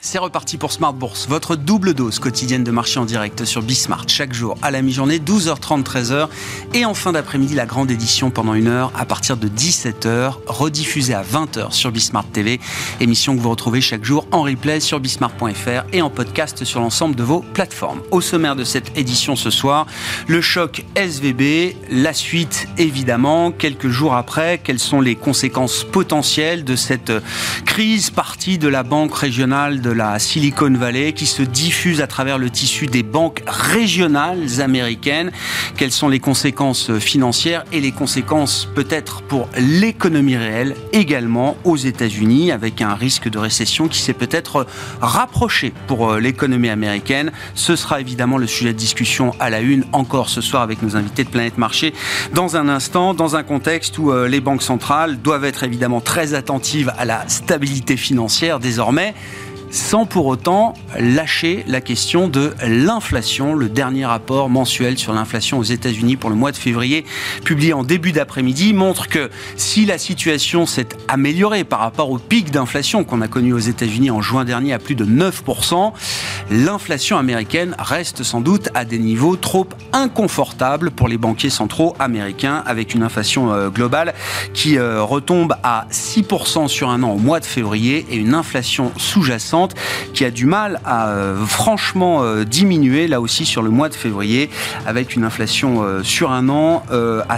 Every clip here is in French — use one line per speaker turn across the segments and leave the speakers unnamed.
C'est reparti pour Smart Bourse, votre double dose quotidienne de marché en direct sur Bismart, chaque jour à la mi-journée, 12h30, 13h, et en fin d'après-midi, la grande édition pendant 1 heure à partir de 17h, rediffusée à 20h sur Bismart TV, émission que vous retrouvez chaque jour en replay sur bismart.fr et en podcast sur l'ensemble de vos plateformes. Au sommaire de cette édition ce soir, le choc SVB, la suite évidemment, quelques jours après, quelles sont les conséquences potentielles de cette crise partie de la banque régionale de la Silicon Valley qui se diffuse à travers le tissu des banques régionales américaines. Quelles sont les conséquences financières et les conséquences peut-être pour l'économie réelle également aux États-Unis, avec un risque de récession qui s'est peut-être rapproché pour l'économie américaine. Ce sera évidemment le sujet de discussion à la une encore ce soir avec nos invités de Planète Marché dans un instant, dans un contexte où les banques centrales doivent être évidemment très attentives à la stabilité financière désormais, sans pour autant lâcher la question de l'inflation. Le dernier rapport mensuel sur l'inflation aux États-Unis pour le mois de février, publié en début d'après-midi, montre que si la situation s'est améliorée par rapport au pic d'inflation qu'on a connu aux États-Unis en juin dernier à plus de 9%, l'inflation américaine reste sans doute à des niveaux trop inconfortables pour les banquiers centraux américains, avec une inflation globale qui retombe à 6% sur un an au mois de février et une inflation sous-jacente qui a du mal à franchement diminuer là aussi sur le mois de février, avec une inflation sur un an à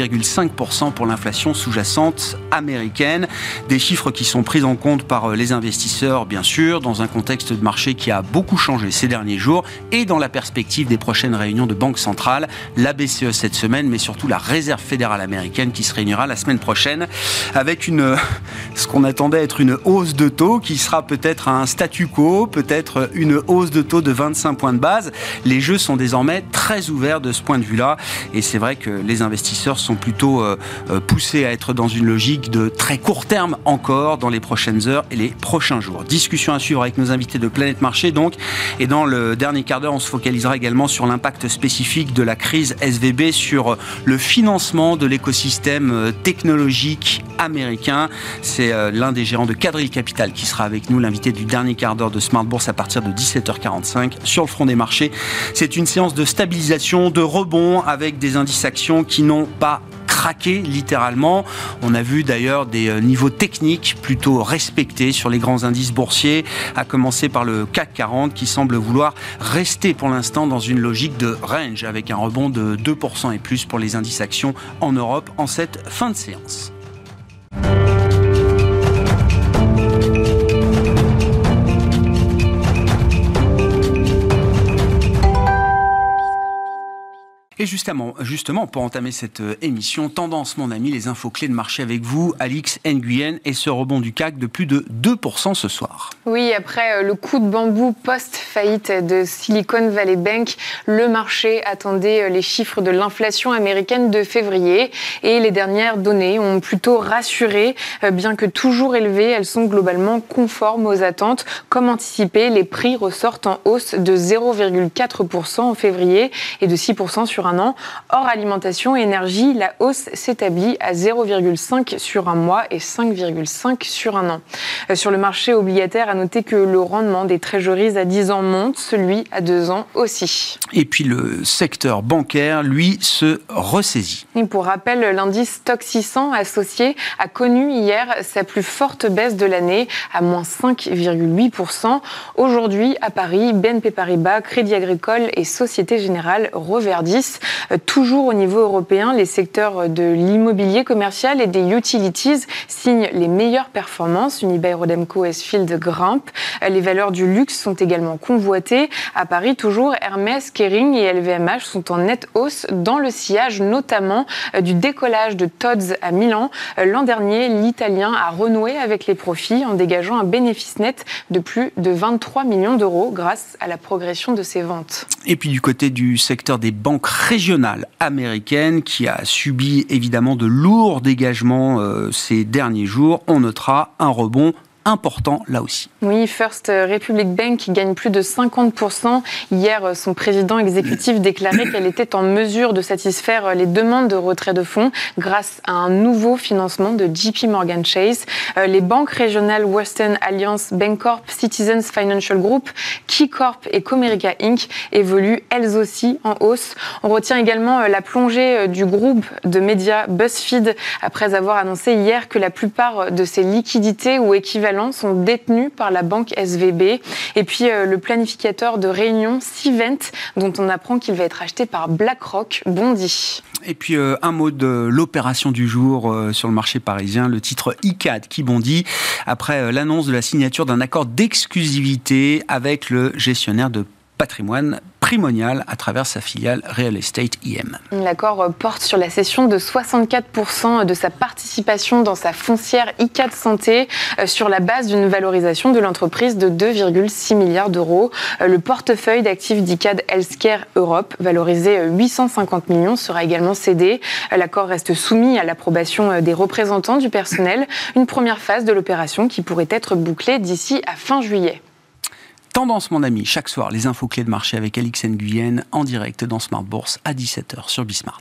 5,5% pour l'inflation sous-jacente américaine. Des chiffres qui sont pris en compte par les investisseurs, bien sûr, dans un contexte de marché qui a beaucoup changé ces derniers jours et dans la perspective des prochaines réunions de banque centrale, la BCE cette semaine, mais surtout la Réserve fédérale américaine qui se réunira la semaine prochaine avec ce qu'on attendait être une hausse de taux qui sera peut-être un statu quo, peut-être une hausse de taux de 25 points de base. Les jeux sont désormais très ouverts de ce point de vue-là et c'est vrai que les investisseurs sont plutôt poussés à être dans une logique de très court terme encore dans les prochaines heures et les prochains jours. Discussion à suivre avec nos invités de Planète Marché donc, et dans le dernier quart d'heure, on se focalisera également sur l'impact spécifique de la crise SVB sur le financement de l'écosystème technologique américain. C'est l'un des gérants de Quadrille Capital qui sera avec nous, l'invité du dernier quart d'heure de Smart Bourse à partir de 17h45 sur le front des marchés. C'est une séance de stabilisation, de rebond avec des indices actions qui n'ont pas craqué littéralement. On a vu d'ailleurs des niveaux techniques plutôt respectés sur les grands indices boursiers, à commencer par le CAC 40 qui semble vouloir rester pour l'instant dans une logique de range avec un rebond de 2% et plus pour les indices actions en Europe en cette fin de séance. Et justement, pour entamer cette émission, tendance, mon ami, les infos clés de marché avec vous, Alix Nguyen, et ce rebond du CAC de plus de 2% ce soir.
Oui, après le coup de bambou post-faillite de Silicon Valley Bank, le marché attendait les chiffres de l'inflation américaine de février et les dernières données ont plutôt rassuré. Bien que toujours élevées, elles sont globalement conformes aux attentes. Comme anticipé, les prix ressortent en hausse de 0,4% en février et de 6% sur un an. Hors alimentation et énergie, la hausse s'établit à 0,5 sur un mois et 5,5 sur un an. Sur le marché obligataire, à noter que le rendement des trésoreries à 10 ans monte, celui à 2 ans aussi.
Et puis le secteur bancaire, lui, se ressaisit.
Et pour rappel, l'indice Stoxx 600 associé a connu hier sa plus forte baisse de l'année à moins 5,8%. Aujourd'hui, à Paris, BNP Paribas, Crédit Agricole et Société Générale reverdissent. Toujours au niveau européen, les secteurs de l'immobilier commercial et des utilities signent les meilleures performances. Unibail-Rodamco, Westfield grimpent. Les valeurs du luxe sont également convoitées. À Paris, toujours, Hermès, Kering et LVMH sont en nette hausse dans le sillage notamment du décollage de Tod's à Milan. L'an dernier, l'Italien a renoué avec les profits en dégageant un bénéfice net de plus de 23 millions d'euros grâce à la progression de ses ventes.
Et puis du côté du secteur des banques régionale américaine qui a subi évidemment de lourds dégagements ces derniers jours, on notera un rebond important là aussi.
Oui, First Republic Bank gagne plus de 50%. Hier, son président exécutif déclarait qu'elle était en mesure de satisfaire les demandes de retrait de fonds grâce à un nouveau financement de JP Morgan Chase. Les banques régionales Western Alliance, Bancorp, Citizens Financial Group, KeyCorp et Comerica Inc. évoluent elles aussi en hausse. On retient également la plongée du groupe de médias BuzzFeed après avoir annoncé hier que la plupart de ses liquidités ou équivalents sont détenus par la banque SVB. Et puis le planificateur de réunion Cvent, dont on apprend qu'il va être acheté par BlackRock, bondit.
Et puis un mot de l'opération du jour sur le marché parisien, le titre ICAD qui bondit après l'annonce de la signature d'un accord d'exclusivité avec le gestionnaire de patrimoine Primonial à travers sa filiale Real Estate IM.
L'accord porte sur la cession de 64% de sa participation dans sa foncière ICAD Santé sur la base d'une valorisation de l'entreprise de 2,6 milliards d'euros. Le portefeuille d'actifs d'ICAD Healthcare Europe, valorisé 850 millions, sera également cédé. L'accord reste soumis à l'approbation des représentants du personnel. Une première phase de l'opération qui pourrait être bouclée d'ici à fin juillet.
Tendance, mon ami, chaque soir, les infos clés de marché avec Alix Nguyen en direct dans Smart Bourse à 17h sur Bismart.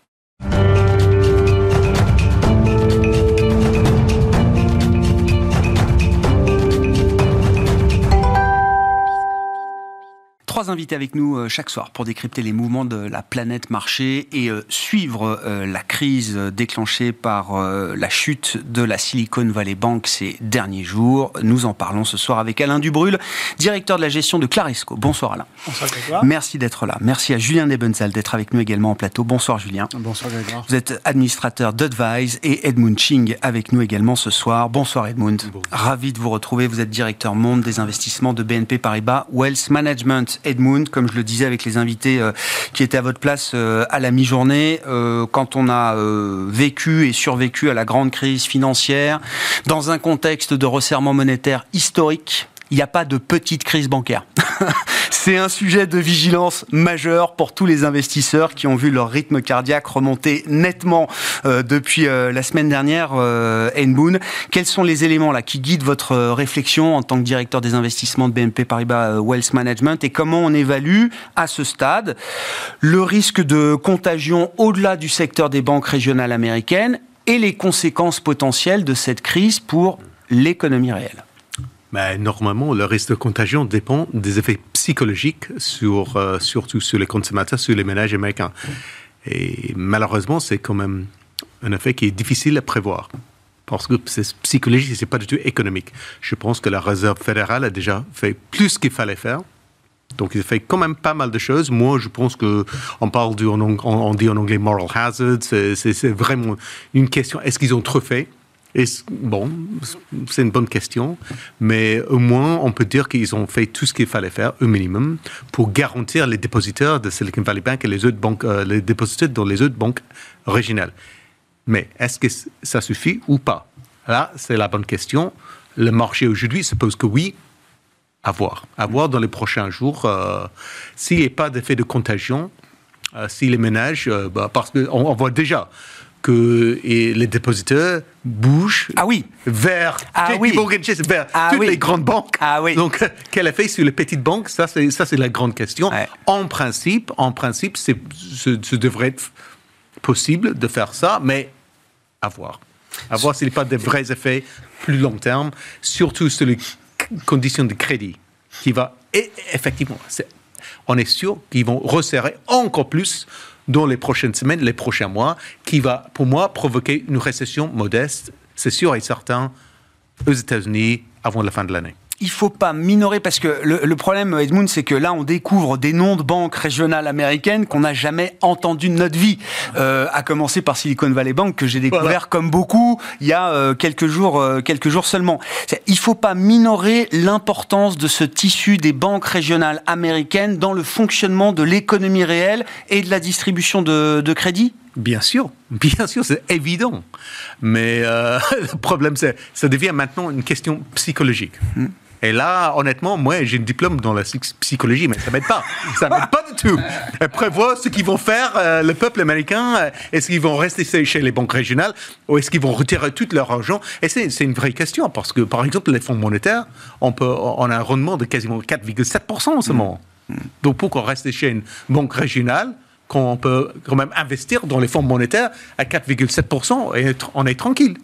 Trois invités avec nous chaque soir pour décrypter les mouvements de la planète marché et suivre la crise déclenchée par la chute de la Silicon Valley Bank ces derniers jours. Nous en parlons ce soir avec Alain Dubrul, directeur de la gestion de Claresco. Bonsoir Alain.
Bonsoir Grégoire.
Merci d'être là. Merci à Julien Nebenzal d'être avec nous également en plateau. Bonsoir Julien.
Bonsoir Grégoire.
Vous êtes administrateur d'Advise et Edmund Ching avec nous également ce soir. Bonsoir Edmund. Bonjour. Ravi de vous retrouver. Vous êtes directeur monde des investissements de BNP Paribas Wealth Management. Edmund, comme je le disais avec les invités qui étaient à votre place à la mi-journée, quand on a vécu et survécu à la grande crise financière, dans un contexte de resserrement monétaire historique, il n'y a pas de petite crise bancaire. C'est un sujet de vigilance majeur pour tous les investisseurs qui ont vu leur rythme cardiaque remonter nettement depuis la semaine dernière. Edmund, quels sont les éléments là qui guident votre réflexion en tant que directeur des investissements de BNP Paribas Wealth Management et comment on évalue à ce stade le risque de contagion au-delà du secteur des banques régionales américaines et les conséquences potentielles de cette crise pour l'économie réelle?
Mais normalement, le risque de contagion dépend des effets psychologiques surtout sur les consommateurs, sur les ménages américains. Et malheureusement, c'est quand même un effet qui est difficile à prévoir. Parce que c'est psychologique et ce n'est pas du tout économique. Je pense que la Réserve fédérale a déjà fait plus qu'il fallait faire. Donc, il a fait quand même pas mal de choses. Moi, je pense qu'on parle on dit en anglais moral hazard. C'est vraiment une question. Est-ce qu'ils ont trop fait? Et bon, c'est une bonne question, mais au moins, on peut dire qu'ils ont fait tout ce qu'il fallait faire, au minimum, pour garantir les dépositaires de Silicon Valley Bank et les autres banques, les dépositaires dans les autres banques régionales. Mais est-ce que ça suffit ou pas? Là, c'est la bonne question. Le marché aujourd'hui suppose que oui, à voir. À voir dans les prochains jours. S'il n'y a pas d'effet de contagion, si les ménages, parce qu'on voit déjà que les dépositeurs bougent vers JP Morgan Chase, vers toutes les grandes banques. Donc, quel effet sur les petites banques? Ça, c'est la grande question. Ouais. En principe, ce devrait être possible de faire ça, mais à voir. À voir s'il n'y a pas de vrais effets plus long terme, surtout sur les conditions de crédit, qui va, effectivement, on est sûr qu'ils vont resserrer encore plus dans les prochaines semaines, les prochains mois, qui va, pour moi, provoquer une récession modeste, c'est sûr et certain, aux États-Unis avant la fin de l'année.
Il ne faut pas minorer, parce que le problème, Edmund, c'est que là, on découvre des noms de banques régionales américaines qu'on n'a jamais entendus de notre vie. À commencer par Silicon Valley Bank, que j'ai découvert comme beaucoup il y a quelques jours seulement. Il ne faut pas minorer l'importance de ce tissu des banques régionales américaines dans le fonctionnement de l'économie réelle et de la distribution de crédit.
Bien sûr, c'est évident. Mais le problème, ça devient maintenant une question psychologique. Et là, honnêtement, moi, j'ai un diplôme dans la psychologie, mais ça m'aide pas. Ça m'aide pas du tout. Prévoir ce qu'ils vont faire, le peuple américain. Est-ce qu'ils vont rester chez les banques régionales ou est-ce qu'ils vont retirer tout leur argent? Et c'est une vraie question parce que, par exemple, les fonds monétaires, on a un rendement de quasiment 4,7% en ce moment. Donc, pourquoi rester chez une banque régionale quand on peut quand même investir dans les fonds monétaires à 4,7% et on est tranquille?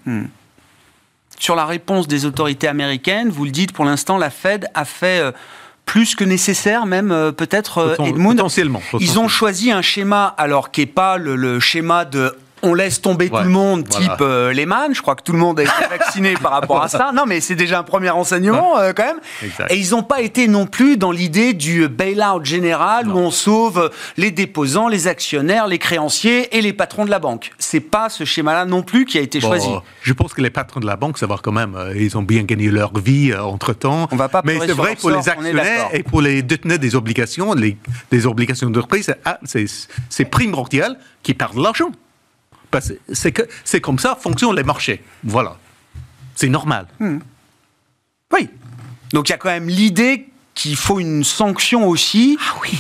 Sur la réponse des autorités américaines, vous le dites, pour l'instant, la Fed a fait plus que nécessaire, même peut-être, Edmund.
Potentiellement.
Ils ont choisi un schéma, alors qui n'est pas le schéma de... On laisse tomber tout le monde, type Lehman. Je crois que tout le monde a été vacciné par rapport à ça. Non, mais c'est déjà un premier renseignement, quand même. Exact. Et ils n'ont pas été non plus dans l'idée du bail-out général où on sauve les déposants, les actionnaires, les créanciers et les patrons de la banque. C'est pas ce schéma-là non plus qui a été choisi.
Je pense que les patrons de la banque, ça va quand même. Ils ont bien gagné leur vie entre-temps.
On va pas
mais c'est vrai pour les actionnaires et pour les déteneurs des obligations, des obligations d'entreprise, c'est primordial qu'ils perdent de l'argent. Parce que c'est comme ça fonctionnent les marchés. Voilà. C'est normal.
Oui. Donc il y a quand même l'idée qu'il faut une sanction aussi.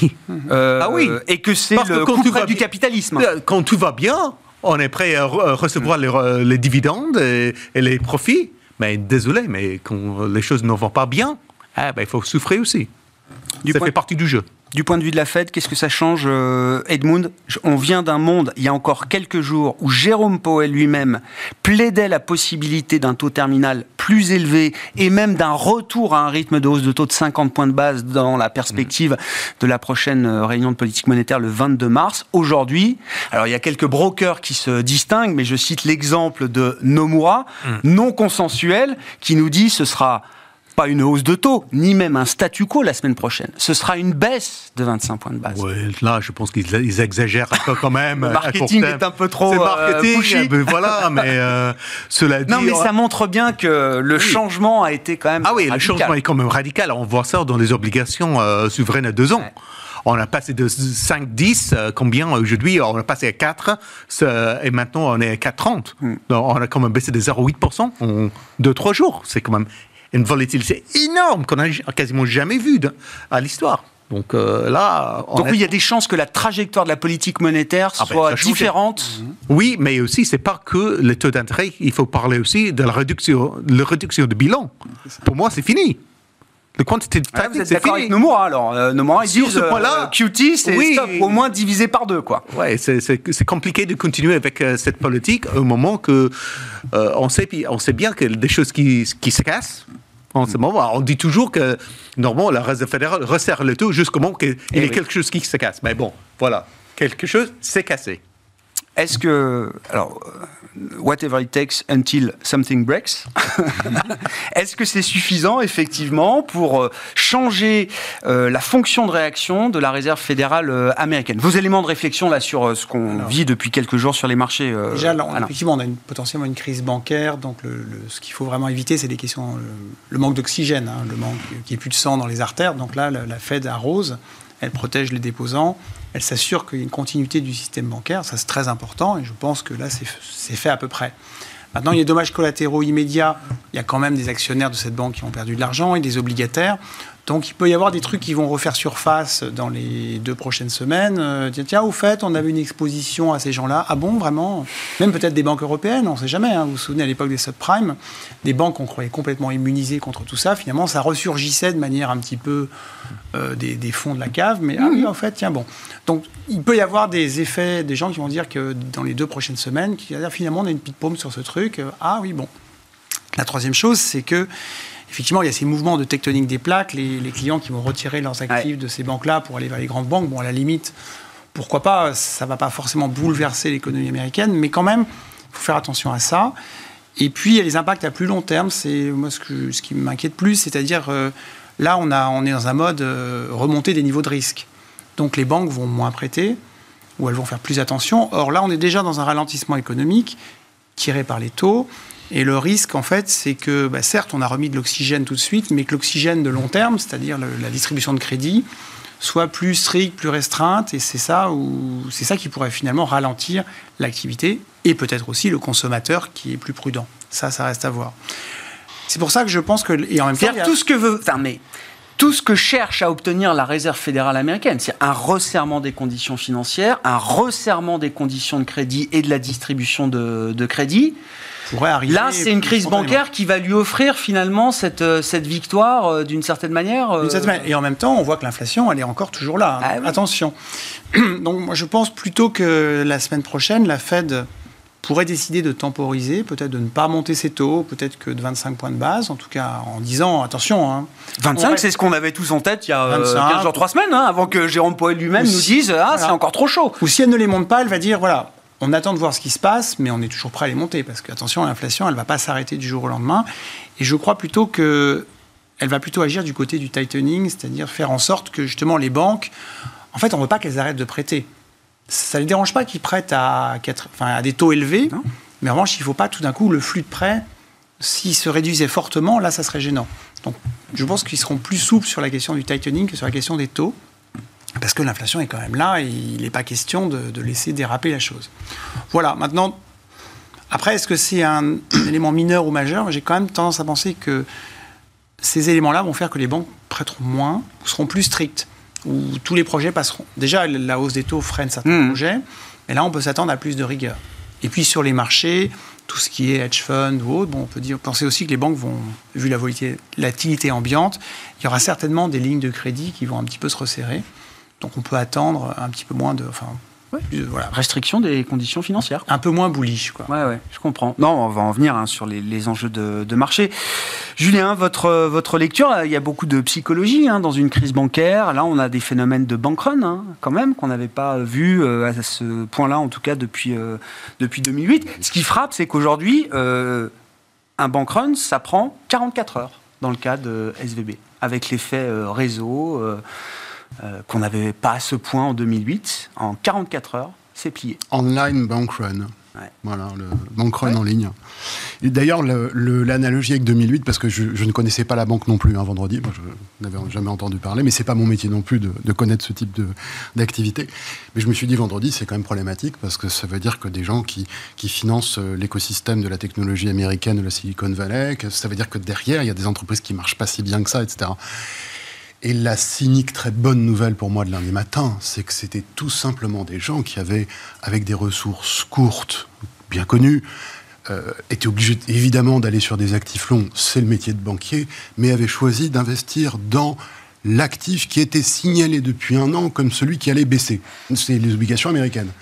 Ah oui.
Et que c'est le coup près du capitalisme.
Quand tout va bien, on est prêt à recevoir les dividendes et les profits. Mais désolé, mais quand les choses ne vont pas bien, il faut souffrir aussi. Ça fait partie du jeu.
Du point de vue de la Fed, qu'est-ce que ça change, Edmund? On vient d'un monde, il y a encore quelques jours, où Jérôme Powell lui-même plaidait la possibilité d'un taux terminal plus élevé et même d'un retour à un rythme de hausse de taux de 50 points de base dans la perspective de la prochaine réunion de politique monétaire le 22 mars. Aujourd'hui, alors il y a quelques brokers qui se distinguent, mais je cite l'exemple de Nomura, non consensuel, qui nous dit ce sera... pas une hausse de taux, ni même un statu quo la semaine prochaine. Ce sera une baisse de 25 points de base.
Ouais, là, je pense qu'ils exagèrent quand même.
Le marketing est un peu trop pushy.
Voilà, mais cela dit...
Non, mais ça montre bien que le changement a été quand même radical.
Le changement est quand même radical. On voit ça dans les obligations souveraines à 2 ans. Ouais. On a passé de 5,10, combien aujourd'hui? On a passé à 4, et maintenant on est à 4,30. Donc, on a quand même baissé de 0,8% en 2-3 jours. C'est quand même... une volatilité énorme qu'on n'a quasiment jamais vue à l'histoire. Donc là...
Donc oui, il y a des chances que la trajectoire de la politique monétaire soit différente.
Oui, mais aussi, c'est pas que le taux d'intérêt. Il faut parler aussi de la réduction de bilan. Pour moi, c'est fini. Le quantitative tightening,
vous êtes d'accord avec Nomura, alors Nomura, ils disent QT, c'est stop, au moins divisé par 2, quoi.
Ouais, c'est compliqué de continuer avec cette politique au moment que on sait bien que des choses qui se cassent. En ce moment, on dit toujours que normalement la Réserve fédérale resserre le taux jusqu'au moment qu'il y a quelque chose qui se casse. Mais bon, voilà, quelque chose s'est cassé.
Est-ce que, alors, whatever it takes until something breaks, est-ce que c'est suffisant, effectivement, pour changer la fonction de réaction de la Réserve fédérale américaine? Vos éléments de réflexion, là, sur ce qu'on vit depuis quelques jours sur les marchés.
Déjà, effectivement, on a potentiellement une crise bancaire, donc ce qu'il faut vraiment éviter, c'est les questions, le manque d'oxygène, le manque qu'il n'y ait plus de sang dans les artères. Donc là, la Fed arrose, elle protège les déposants, elle s'assure qu'il y a une continuité du système bancaire, ça c'est très important, et je pense que là c'est fait à peu près. Maintenant, il y a des dommages collatéraux immédiats, il y a quand même des actionnaires de cette banque qui ont perdu de l'argent et des obligataires, donc il peut y avoir des trucs qui vont refaire surface dans les 2 prochaines semaines. Tiens, au fait, on avait une exposition à ces gens-là. Ah bon, vraiment? Même peut-être des banques européennes, on ne sait jamais. Vous vous souvenez à l'époque des subprimes, des banques qu'on croyait complètement immunisées contre tout ça. Finalement, ça ressurgissait de manière un petit peu des fonds de la cave. Mais ah oui, en fait, tiens, bon. Donc, il peut y avoir des effets, des gens qui vont dire que dans les 2 prochaines semaines, finalement, on a une petite paume sur ce truc. Ah oui, bon. La troisième chose, c'est que effectivement, il y a ces mouvements de tectonique des plaques, les clients qui vont retirer leurs actifs de ces banques-là pour aller vers les grandes banques. Bon, à la limite, pourquoi pas, ça ne va pas forcément bouleverser l'économie américaine, mais quand même, il faut faire attention à ça. Et puis, il y a les impacts à plus long terme. C'est moi ce qui m'inquiète plus, c'est-à-dire, là, on est dans un mode remontée des niveaux de risque. Donc, les banques vont moins prêter, ou elles vont faire plus attention. Or, là, on est déjà dans un ralentissement économique tiré par les taux. Et le risque, en fait, c'est que, certes, on a remis de l'oxygène tout de suite, mais que l'oxygène de long terme, c'est-à-dire la distribution de crédit, soit plus stricte, plus restreinte, et c'est ça qui pourrait finalement ralentir l'activité, et peut-être aussi le consommateur qui est plus prudent. Ça reste à voir. C'est pour ça que je pense que... Et en même temps,
C'est-à-dire tout ce que cherche à obtenir la Réserve fédérale américaine, c'est un resserrement des conditions financières, un resserrement des conditions de crédit et de la distribution de crédit. Là, c'est une crise bancaire qui va lui offrir finalement cette victoire d'une certaine manière.
Et en même temps, on voit que l'inflation, elle est encore toujours là. Hein. Oui. Attention. Donc, moi, je pense plutôt que la semaine prochaine, la Fed pourrait décider de temporiser, peut-être de ne pas monter ses taux, peut-être que de 25 points de base, en tout cas en disant, attention... Hein,
25, c'est ce qu'on avait tous en tête il y a 15 jours, 3 semaines, hein, avant que Jérôme Powell lui-même nous dise « Ah, c'est encore trop chaud ».
Ou si elle ne les monte pas, elle va dire, voilà, on attend de voir ce qui se passe, mais on est toujours prêt à les monter, parce que, attention, l'inflation, elle ne va pas s'arrêter du jour au lendemain. Et je crois plutôt qu'elle va plutôt agir du côté du tightening, c'est-à-dire faire en sorte que, justement, les banques... En fait, on ne veut pas qu'elles arrêtent de prêter. Ça ne les dérange pas qu'ils prêtent à des taux élevés, non. Mais en revanche, il ne faut pas tout d'un coup, le flux de prêts, s'il se réduisait fortement, là, ça serait gênant. Donc, je pense qu'ils seront plus souples sur la question du tightening que sur la question des taux, parce que l'inflation est quand même là et il n'est pas question de laisser déraper la chose. Voilà, maintenant, après, est-ce que c'est un élément mineur ou majeur ? J'ai quand même tendance à penser que ces éléments-là vont faire que les banques prêteront moins ou seront plus strictes, où tous les projets passeront. Déjà, la hausse des taux freine certains projets, mais là, on peut s'attendre à plus de rigueur. Et puis, sur les marchés, tout ce qui est hedge fund ou autre, bon, on peut penser aussi que les banques vont, vu la volatilité ambiante, il y aura certainement des lignes de crédit qui vont un petit peu se resserrer. Donc, on peut attendre un petit peu moins de...
Restriction des conditions financières.
Un peu moins bullish, quoi.
Ouais, je comprends. Non, on va en venir sur les enjeux de marché. Julien, votre lecture, là, il y a beaucoup de psychologie dans une crise bancaire. Là, on a des phénomènes de bank run, quand même, qu'on n'avait pas vu à ce point-là, en tout cas depuis 2008. Ce qui frappe, c'est qu'aujourd'hui, un bank run, ça prend 44 heures dans le cas de SVB, avec l'effet réseau... qu'on n'avait pas à ce point en 2008. En 44 heures, c'est plié.
Online bank run. Ouais. Voilà, le bank run en ligne. Et d'ailleurs, l'analogie avec 2008, parce que je ne connaissais pas la banque non plus vendredi, moi, je n'avais jamais entendu parler, mais c'est pas mon métier non plus de connaître ce type d'activité. Mais je me suis dit vendredi, c'est quand même problématique, parce que ça veut dire que des gens qui financent l'écosystème de la technologie américaine, de la Silicon Valley, ça veut dire que derrière, il y a des entreprises qui marchent pas si bien que ça, etc. Et la cynique, très bonne nouvelle pour moi de lundi matin, c'est que c'était tout simplement des gens qui avaient, avec des ressources courtes, bien connues, étaient obligés évidemment d'aller sur des actifs longs, c'est le métier de banquier, mais avaient choisi d'investir dans l'actif qui était signalé depuis 1 an comme celui qui allait baisser. C'est les obligations américaines.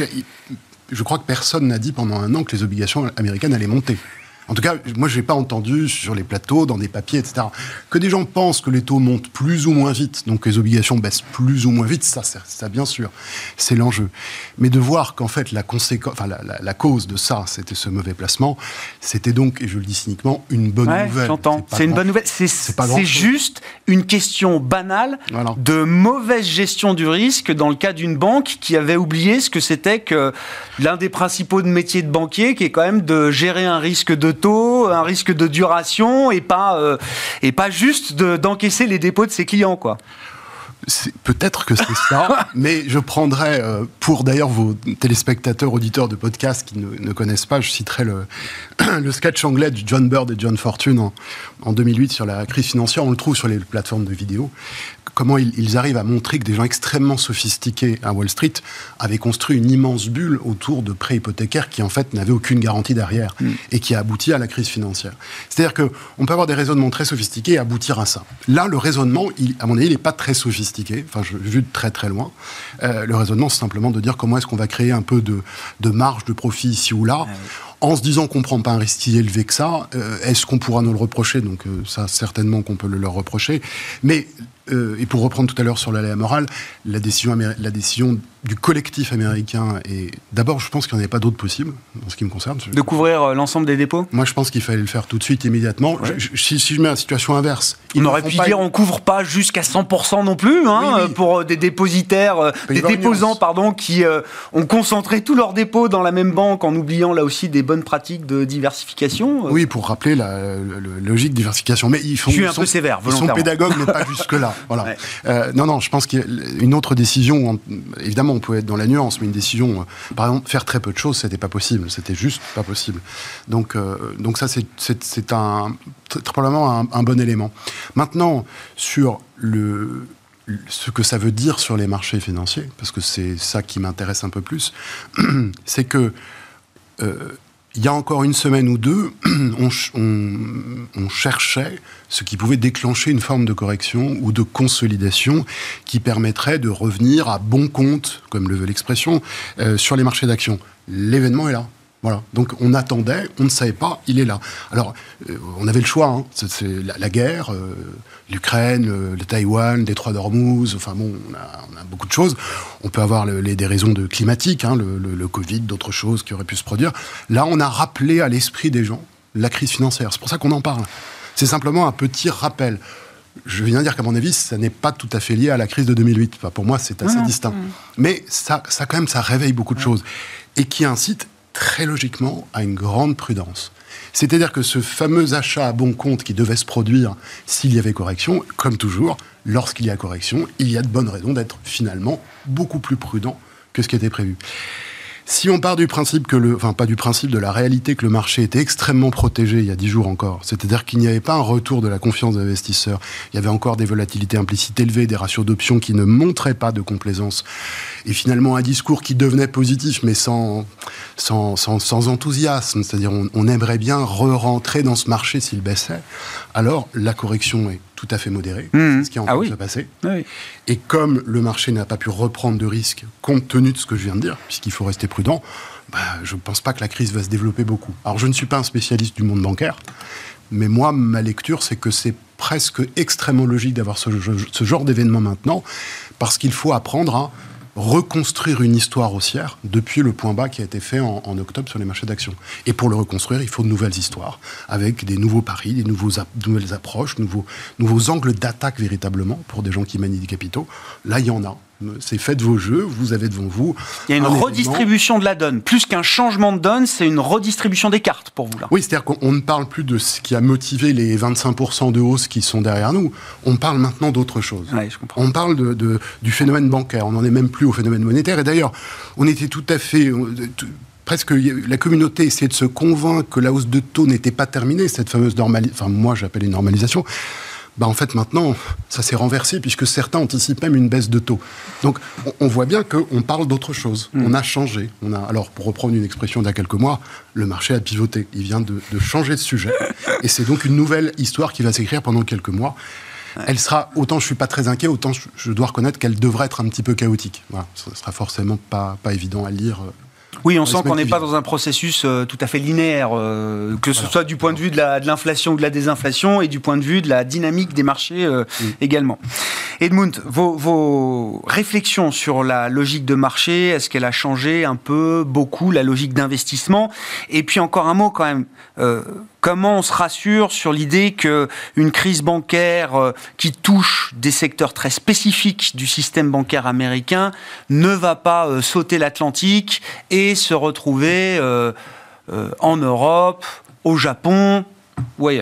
Je crois que personne n'a dit pendant 1 an que les obligations américaines allaient monter. En tout cas, moi, je n'ai pas entendu sur les plateaux, dans des papiers, etc., que des gens pensent que les taux montent plus ou moins vite, donc que les obligations baissent plus ou moins vite, ça bien sûr, c'est l'enjeu. Mais de voir qu'en fait, la cause de ça, c'était ce mauvais placement, c'était donc, et je le dis cyniquement, une bonne nouvelle.
J'entends. C'est une bonne nouvelle. C'est juste une question banale de mauvaise gestion du risque dans le cas d'une banque qui avait oublié ce que c'était que l'un des principaux métiers de banquier, qui est quand même de gérer un risque de taux, un risque de duration et pas juste d'encaisser les dépôts de ses clients, quoi.
Peut-être que c'est ça, mais je prendrais, pour d'ailleurs vos téléspectateurs, auditeurs de podcasts qui ne connaissent pas, je citerai le sketch anglais de John Bird et John Fortune en 2008 sur la crise financière. On le trouve sur les plateformes de vidéo. Comment ils arrivent à montrer que des gens extrêmement sophistiqués à Wall Street avaient construit une immense bulle autour de prêts hypothécaires qui, en fait, n'avaient aucune garantie derrière et qui a abouti à la crise financière. C'est-à-dire qu'on peut avoir des raisonnements très sophistiqués et aboutir à ça. Là, le raisonnement, à mon avis, il n'est pas très sophistiqué, vu de très très loin. Le raisonnement, c'est simplement de dire comment est-ce qu'on va créer un peu de marge de profit ici ou là, en se disant qu'on ne prend pas un risque si élevé que ça. Est-ce qu'on pourra nous le reprocher ? Donc ça, certainement qu'on peut le leur reprocher. Mais et pour reprendre tout à l'heure sur l'aléa moral, la décision du collectif américain, et d'abord, je pense qu'il n'y en avait pas d'autre possible, en ce qui me concerne.
De couvrir l'ensemble des dépôts ?
Moi, je pense qu'il fallait le faire tout de suite, immédiatement. Ouais. Si je mets la situation inverse...
On aurait pu dire on ne couvre pas jusqu'à 100% non plus, oui. Pour des dépositaires, des déposants, qui ont concentré tous leurs dépôts dans la même banque, en oubliant là aussi des bonnes pratiques de diversification.
Oui, pour rappeler la logique de diversification. Mais ils sont,
je suis un peu sévère, volontairement.
Ils sont pédagogues, mais pas jusque-là. Voilà.
Ouais.
Non, je pense qu'il y a une autre décision. Évidemment, on peut être dans la nuance, mais une décision, par exemple, faire très peu de choses, c'était pas possible. C'était juste pas possible. Donc ça, c'est probablement un bon élément. Maintenant, sur ce que ça veut dire sur les marchés financiers, parce que c'est ça qui m'intéresse un peu plus, c'est que il y a encore une semaine ou deux, on cherchait ce qui pouvait déclencher une forme de correction ou de consolidation qui permettrait de revenir à bon compte, comme le veut l'expression, sur les marchés d'actions. L'événement est là. Voilà. Donc on attendait, on ne savait pas, il est là. Alors, on avait le choix, hein. C'est la guerre, l'Ukraine, le Taïwan, le détroit d'Ormuz, enfin bon, on a beaucoup de choses. On peut avoir des raisons climatiques, hein, le Covid, d'autres choses qui auraient pu se produire. Là, on a rappelé à l'esprit des gens la crise financière. C'est pour ça qu'on en parle. C'est simplement un petit rappel. Je viens de dire qu'à mon avis, ça n'est pas tout à fait lié à la crise de 2008. Enfin, pour moi, c'est assez distinct. Mais ça, quand même, ça réveille beaucoup de choses. Et qui incite très logiquement à une grande prudence. C'est-à-dire que ce fameux achat à bon compte qui devait se produire s'il y avait correction, comme toujours, lorsqu'il y a correction, il y a de bonnes raisons d'être finalement beaucoup plus prudent que ce qui était prévu. Si on part du principe pas du principe, de la réalité que le marché était extrêmement protégé il y a 10 jours encore, c'est-à-dire qu'il n'y avait pas un retour de la confiance des investisseurs, il y avait encore des volatilités implicites élevées, des ratios d'options qui ne montraient pas de complaisance, et finalement un discours qui devenait positif, mais sans enthousiasme, c'est-à-dire on aimerait bien re-rentrer dans ce marché s'il baissait, alors la correction est tout à fait modérée, c'est ce qui est en train de se passer. Oui. Et comme le marché n'a pas pu reprendre de risques, compte tenu de ce que je viens de dire, puisqu'il faut rester prudent, je ne pense pas que la crise va se développer beaucoup. Alors je ne suis pas un spécialiste du monde bancaire, mais moi, ma lecture, c'est que c'est presque extrêmement logique d'avoir ce genre d'événement maintenant, parce qu'il faut apprendre à reconstruire une histoire haussière depuis le point bas qui a été fait en octobre sur les marchés d'actions. Et pour le reconstruire, il faut de nouvelles histoires, avec des nouveaux paris, des nouvelles approches, nouveaux angles d'attaque véritablement pour des gens qui manient des capitaux. Là, il y en a. C'est faites vos jeux, vous avez devant vous.
Il y a une redistribution de la donne. Plus qu'un changement de donne, c'est une redistribution des cartes pour vous là.
Oui, c'est-à-dire qu'on ne parle plus de ce qui a motivé les 25% de hausse qui sont derrière nous. On parle maintenant d'autre chose.
Ouais, je comprends.
On parle du phénomène bancaire. On n'en est même plus au phénomène monétaire. Et d'ailleurs, on était tout à fait... Presque la communauté essayait de se convaincre que la hausse de taux n'était pas terminée, cette fameuse normalisation. Enfin, moi, j'appelle une normalisation. En fait, maintenant, ça s'est renversé puisque certains anticipent même une baisse de taux. Donc, on voit bien qu'on parle d'autre chose. On a changé. Alors, pour reprendre une expression d'il y a quelques mois, le marché a pivoté. Il vient de changer de sujet. Et c'est donc une nouvelle histoire qui va s'écrire pendant quelques mois. Elle sera, autant je ne suis pas très inquiet, autant je dois reconnaître qu'elle devrait être un petit peu chaotique. Voilà. Ce ne sera forcément pas évident à lire.
Oui, on sent qu'on n'est pas dans un processus tout à fait linéaire, que ce soit du point de vue de l'inflation ou de la désinflation, et du point de vue de la dynamique des marchés également. Edmund, vos réflexions sur la logique de marché, est-ce qu'elle a changé un peu, beaucoup, la logique d'investissement ? Et puis encore un mot quand même, comment on se rassure sur l'idée qu'une crise bancaire qui touche des secteurs très spécifiques du système bancaire américain ne va pas sauter l'Atlantique et se retrouver en Europe, au Japon ou ailleurs ?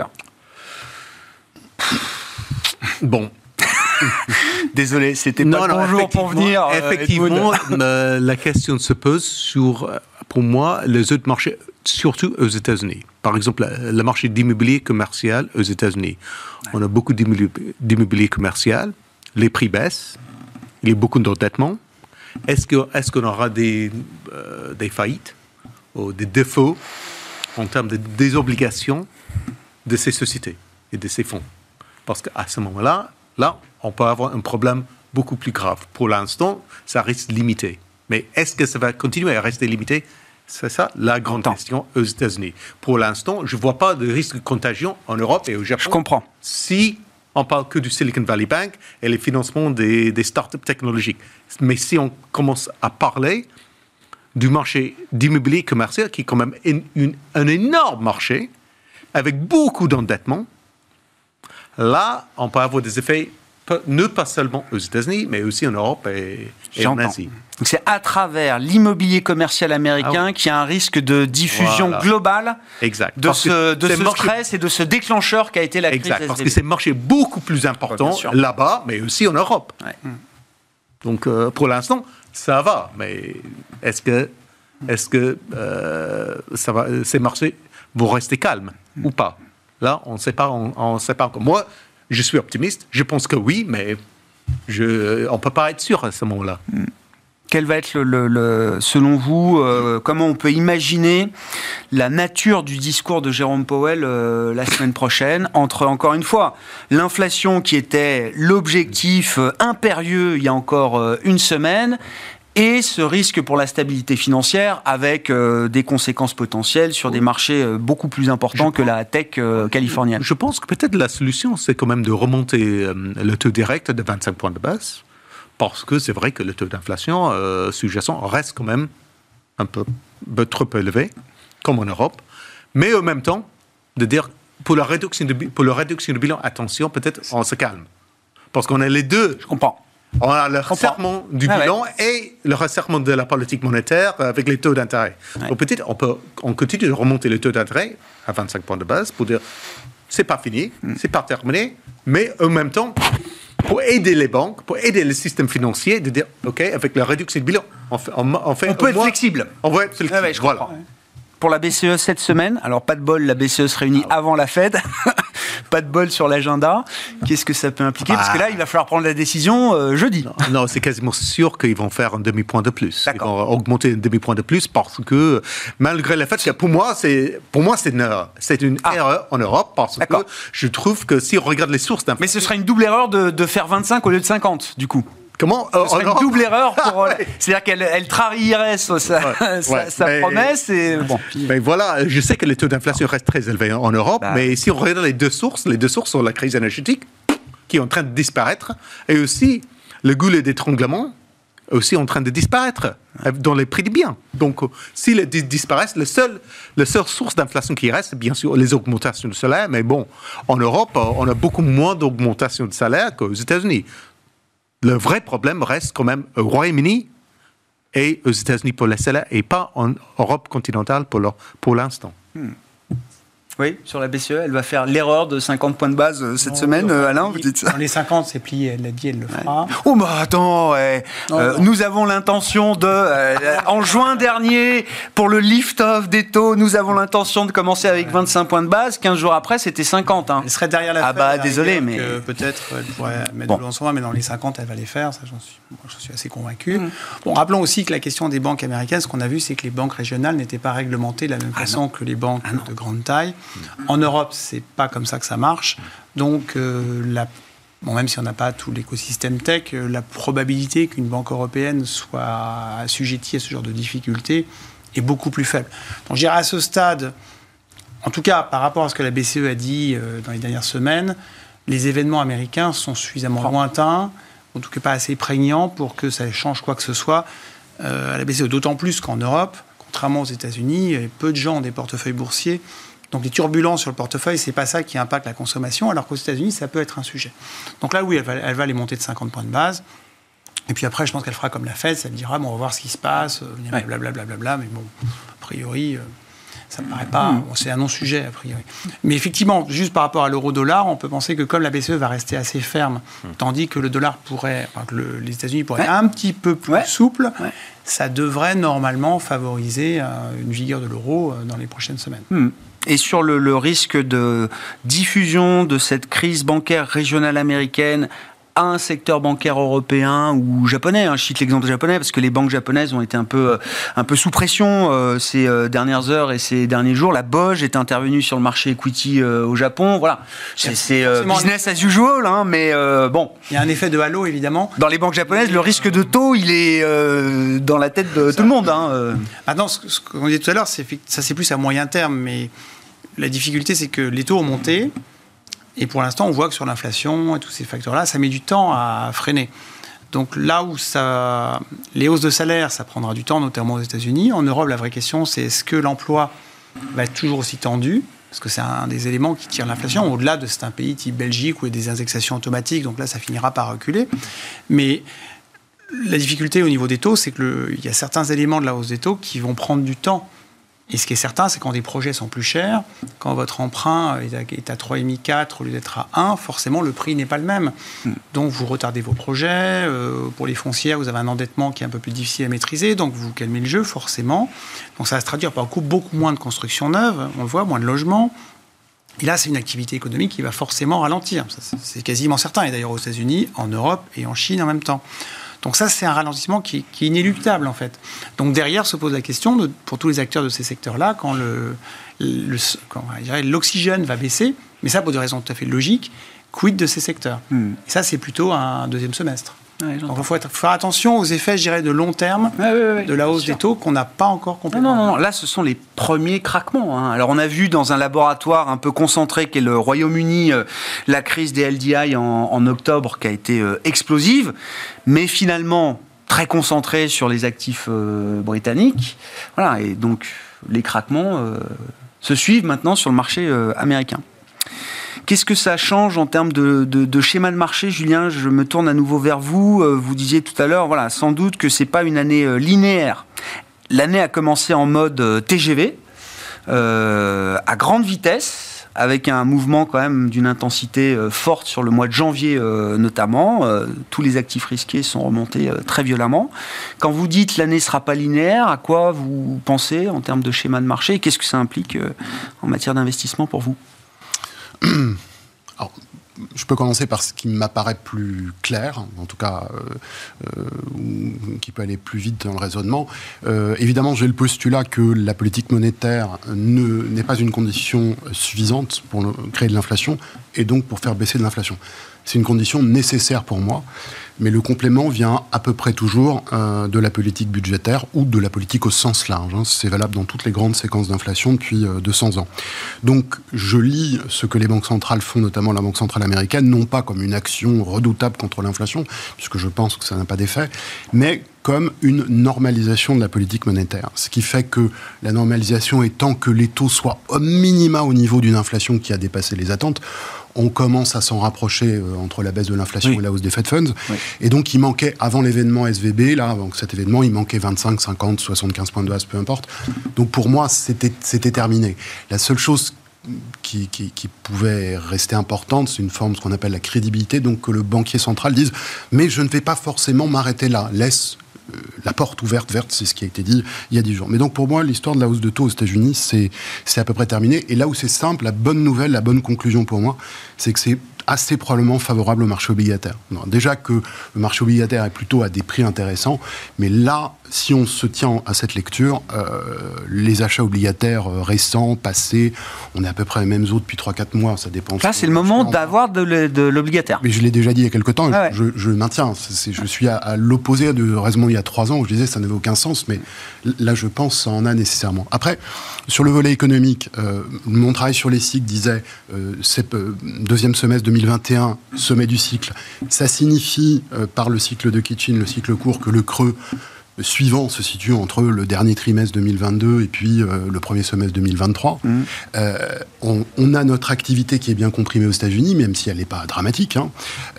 Bon.
Désolé, c'était pas le bon jour pour venir.
Effectivement, la question se pose sur, pour moi, les autres marchés, surtout aux États-Unis. Par exemple, le marché d'immobilier commercial aux États-Unis. On a beaucoup d'immobilier commercial, les prix baissent, il y a beaucoup d'endettement. Est-ce qu'on aura des faillites ou des défauts en termes des obligations de ces sociétés et de ces fonds? Parce qu'à ce moment-là, on peut avoir un problème beaucoup plus grave. Pour l'instant, ça reste limité. Mais est-ce que ça va continuer à rester limité ? C'est ça la grande question aux États-Unis. Pour l'instant, je ne vois pas de risque de contagion en Europe et au Japon.
Je comprends.
Si on parle que du Silicon Valley Bank et les financements des startups technologiques. Mais si on commence à parler du marché d'immobilier commercial, qui est quand même un énorme marché, avec beaucoup d'endettement, là, on peut avoir des effets pas seulement aux États-Unis, mais aussi en Europe et en Asie.
Donc c'est à travers l'immobilier commercial américain qu'il y a un risque de diffusion globale de ce stress et de ce déclencheur qu'a été la crise SVB.
Parce que c'est un marché beaucoup plus important là-bas, mais aussi en Europe.
Ouais.
Donc pour l'instant, ça va. Mais est-ce que ces marchés vont rester calmes ou pas? Là, on ne sait pas encore. Moi, je suis optimiste. Je pense que oui, mais on ne peut pas être sûr à ce moment-là.
Quel va être, selon vous, comment on peut imaginer la nature du discours de Jérôme Powell la semaine prochaine, entre, encore une fois, l'inflation qui était l'objectif impérieux il y a encore une semaine, et ce risque pour la stabilité financière avec des conséquences potentielles sur des marchés beaucoup plus importants que la tech californienne.
Je pense que peut-être la solution, c'est quand même de remonter le taux direct de 25 points de base, parce que c'est vrai que le taux d'inflation sous-jacent reste quand même un peu trop élevé, comme en Europe, mais en même temps, de dire, pour la réduction du bilan, attention, peut-être on se calme. Parce qu'on a les deux.
Je comprends.
On a le resserrement du bilan et le resserrement de la politique monétaire avec les taux d'intérêt. Donc peut-être on continue de remonter le taux d'intérêt à 25 points de base pour dire c'est pas fini, c'est pas terminé, mais en même temps pour aider les banques, pour aider le système financier, de dire ok, avec la réduction du bilan, on
peut être flexible.
On peut être flexible.
Je comprends. Pour la BCE cette semaine, alors pas de bol, la BCE se réunit avant la Fed. Pas de bol sur l'agenda. Qu'est-ce que ça peut impliquer? Parce que là, il va falloir prendre la décision jeudi.
Non, c'est quasiment sûr qu'ils vont faire un demi-point de plus. Ils vont augmenter un demi-point de plus parce que, malgré le fait que pour moi, c'est une erreur. C'est une erreur en Europe parce que je trouve que si on regarde les sources d'inflation...
Mais ce serait une double erreur de faire 25 au lieu de 50, du coup.
Comment
ce serait une double erreur pour... C'est-à-dire qu'elle trahirait sa promesse et... Bon.
Mais voilà, je sais que les taux d'inflation restent très élevés en Europe, mais si on regarde les deux sources sont la crise énergétique, qui est en train de disparaître, et aussi le goulet d'étranglement, aussi en train de disparaître dans les prix des biens. Donc, s'ils disparaissent, la seule source d'inflation qui reste, c'est bien sûr les augmentations de salaire, mais bon, en Europe, on a beaucoup moins d'augmentations de salaire qu'aux États-Unis. Le vrai problème reste quand même au Royaume-Uni et aux États-Unis pour les salaires et pas en Europe continentale pour l'instant.
Oui, sur la BCE, elle va faire l'erreur de 50 points de base cette semaine, Alain, vous dites ça?
Dans les 50, c'est plié, elle l'a dit, elle le fera.
Oh, bah attends, nous avons l'intention en juin dernier, pour le lift-off des taux, nous avons l'intention de commencer avec 25 points de base. 15 jours après, c'était 50. Hein.
Elle serait derrière la Fed.
Ah bah, désolé, mais...
Peut-être, elle pourrait mettre de l'eau en son vin, mais dans les 50, elle va les faire. Ça, j'en suis assez convaincu. Bon, rappelons aussi que la question des banques américaines, ce qu'on a vu, c'est que les banques régionales n'étaient pas réglementées de la même façon que les banques de grande taille. En Europe, c'est pas comme ça que ça marche. Donc, même si on n'a pas tout l'écosystème tech, la probabilité qu'une banque européenne soit assujettie à ce genre de difficultés est beaucoup plus faible. Donc, je dirais à ce stade, en tout cas par rapport à ce que la BCE a dit dans les dernières semaines, les événements américains sont suffisamment lointains, en tout cas pas assez prégnants pour que ça change quoi que ce soit à la BCE. D'autant plus qu'en Europe, contrairement aux États-Unis, peu de gens ont des portefeuilles boursiers. Donc les turbulences sur le portefeuille, c'est pas ça qui impacte la consommation, alors qu'aux États-Unis, ça peut être un sujet. Donc là, oui, elle va les monter de 50 points de base. Et puis après, je pense qu'elle fera comme la Fed, ça dira, bon, on va voir ce qui se passe, blablabla, mais bon, a priori, ça ne me paraît pas... Bon, c'est un non-sujet, a priori. Mais effectivement, juste par rapport à l'euro-dollar, on peut penser que comme la BCE va rester assez ferme, tandis que le dollar pourrait... les États-Unis pourraient être un petit peu plus souple, ça devrait normalement favoriser une vigueur de l'euro dans les prochaines semaines.
Et sur le risque de diffusion de cette crise bancaire régionale américaine à un secteur bancaire européen ou japonais, je cite l'exemple japonais parce que les banques japonaises ont été un peu sous pression ces dernières heures et ces derniers jours. La BOJ est intervenue sur le marché equity au Japon. Voilà, c'est business as usual, mais bon.
Il y a un effet de halo, évidemment.
Dans les banques japonaises, le risque de taux, il est dans la tête de tout le monde.
Maintenant, ce qu'on disait tout à l'heure, c'est plus à moyen terme, mais la difficulté, c'est que les taux ont monté. Et pour l'instant, on voit que sur l'inflation et tous ces facteurs-là, ça met du temps à freiner. Donc là où les hausses de salaire, ça prendra du temps, notamment aux États-Unis. En Europe, la vraie question, c'est est-ce que l'emploi va être toujours aussi tendu? parce que c'est un des éléments qui tire l'inflation, au-delà de c'est un pays type Belgique où il y a des indexations automatiques, donc là, ça finira par reculer. Mais la difficulté au niveau des taux, c'est qu'il y a certains éléments de la hausse des taux qui vont prendre du temps. Et ce qui est certain, c'est quand des projets sont plus chers, quand votre emprunt est à 3,5, 4 au lieu d'être à 1, forcément, le prix n'est pas le même. Donc, vous retardez vos projets. Pour les foncières, vous avez un endettement qui est un peu plus difficile à maîtriser. Donc, vous calmez le jeu, forcément. Donc, ça va se traduire par beaucoup moins de construction neuve. On le voit, moins de logements. Et là, c'est une activité économique qui va forcément ralentir. Ça, c'est quasiment certain. Et d'ailleurs, aux États-Unis, en Europe et en Chine en même temps. Donc ça, c'est un ralentissement qui est inéluctable, en fait. Donc derrière se pose la question, pour tous les acteurs de ces secteurs-là, quand l'oxygène va baisser, mais ça pour des raisons tout à fait logiques, quid de ces secteurs ? Et ça, c'est plutôt un deuxième semestre. Ouais, donc il faut faire attention aux effets, je dirais, de long terme de la hausse des taux qu'on n'a pas encore complètement.
Non, là, ce sont les premiers craquements. Hein. Alors, on a vu dans un laboratoire un peu concentré qu'est le Royaume-Uni, la crise des LDI en octobre qui a été explosive, mais finalement très concentrée sur les actifs britanniques. Voilà, et donc les craquements se suivent maintenant sur le marché américain. Qu'est-ce que ça change en termes de schéma de marché, Julien ? Je me tourne à nouveau vers vous. Vous disiez tout à l'heure, voilà, sans doute que c'est pas une année linéaire. L'année a commencé en mode TGV, à grande vitesse, avec un mouvement quand même d'une intensité forte sur le mois de janvier notamment. Tous les actifs risqués sont remontés très violemment. Quand vous dites l'année ne sera pas linéaire, à quoi vous pensez en termes de schéma de marché ? Et qu'est-ce que ça implique en matière d'investissement pour vous ?
Alors, je peux commencer par ce qui m'apparaît plus clair, en tout cas, qui peut aller plus vite dans le raisonnement. Évidemment, j'ai le postulat que la politique monétaire n'est pas une condition suffisante pour créer de l'inflation et donc pour faire baisser de l'inflation. C'est une condition nécessaire pour moi, mais le complément vient à peu près toujours de la politique budgétaire ou de la politique au sens large. Hein. C'est valable dans toutes les grandes séquences d'inflation depuis 200 ans. Donc, je lis ce que les banques centrales font, notamment la Banque centrale américaine, non pas comme une action redoutable contre l'inflation, puisque je pense que ça n'a pas d'effet, mais comme une normalisation de la politique monétaire. Ce qui fait que la normalisation étant que les taux soient au minima au niveau d'une inflation qui a dépassé les attentes, on commence à s'en rapprocher entre la baisse de l'inflation et la hausse des Fed Funds. Oui. Et donc, il manquait, avant l'événement SVB, là, avant cet événement, il manquait 25, 50, 75 points de base, peu importe. Donc, pour moi, c'était terminé. La seule chose qui pouvait rester importante, c'est une forme, ce qu'on appelle la crédibilité, donc que le banquier central dise « mais je ne vais pas forcément m'arrêter là, laisse la porte ouverte, c'est ce qui a été dit il y a 10 jours. » Mais donc pour moi, l'histoire de la hausse de taux aux États-Unis, c'est à peu près terminé. Et là où c'est simple, la bonne nouvelle, la bonne conclusion pour moi, c'est que c'est assez probablement favorable au marché obligataire. Non, déjà que le marché obligataire est plutôt à des prix intéressants, mais là, si on se tient à cette lecture, les achats obligataires récents, passés, on est à peu près les mêmes eaux depuis 3-4 mois, ça dépend.
Là, c'est le moment d'avoir de l'obligataire.
Mais je l'ai déjà dit il y a quelque temps, je maintiens. Je suis à l'opposé de raisonnement il y a 3 ans où je disais ça n'avait aucun sens, mais là, je pense que ça en a nécessairement. Après, sur le volet économique, mon travail sur les cycles disait deuxième semestre 2021, sommet du cycle. Ça signifie, par le cycle de Kitchin, le cycle court, que le creux suivant se situe entre le dernier trimestre 2022 et puis le premier semestre 2023. On a notre activité qui est bien comprimée aux États-Unis, même si elle n'est pas dramatique. Hein.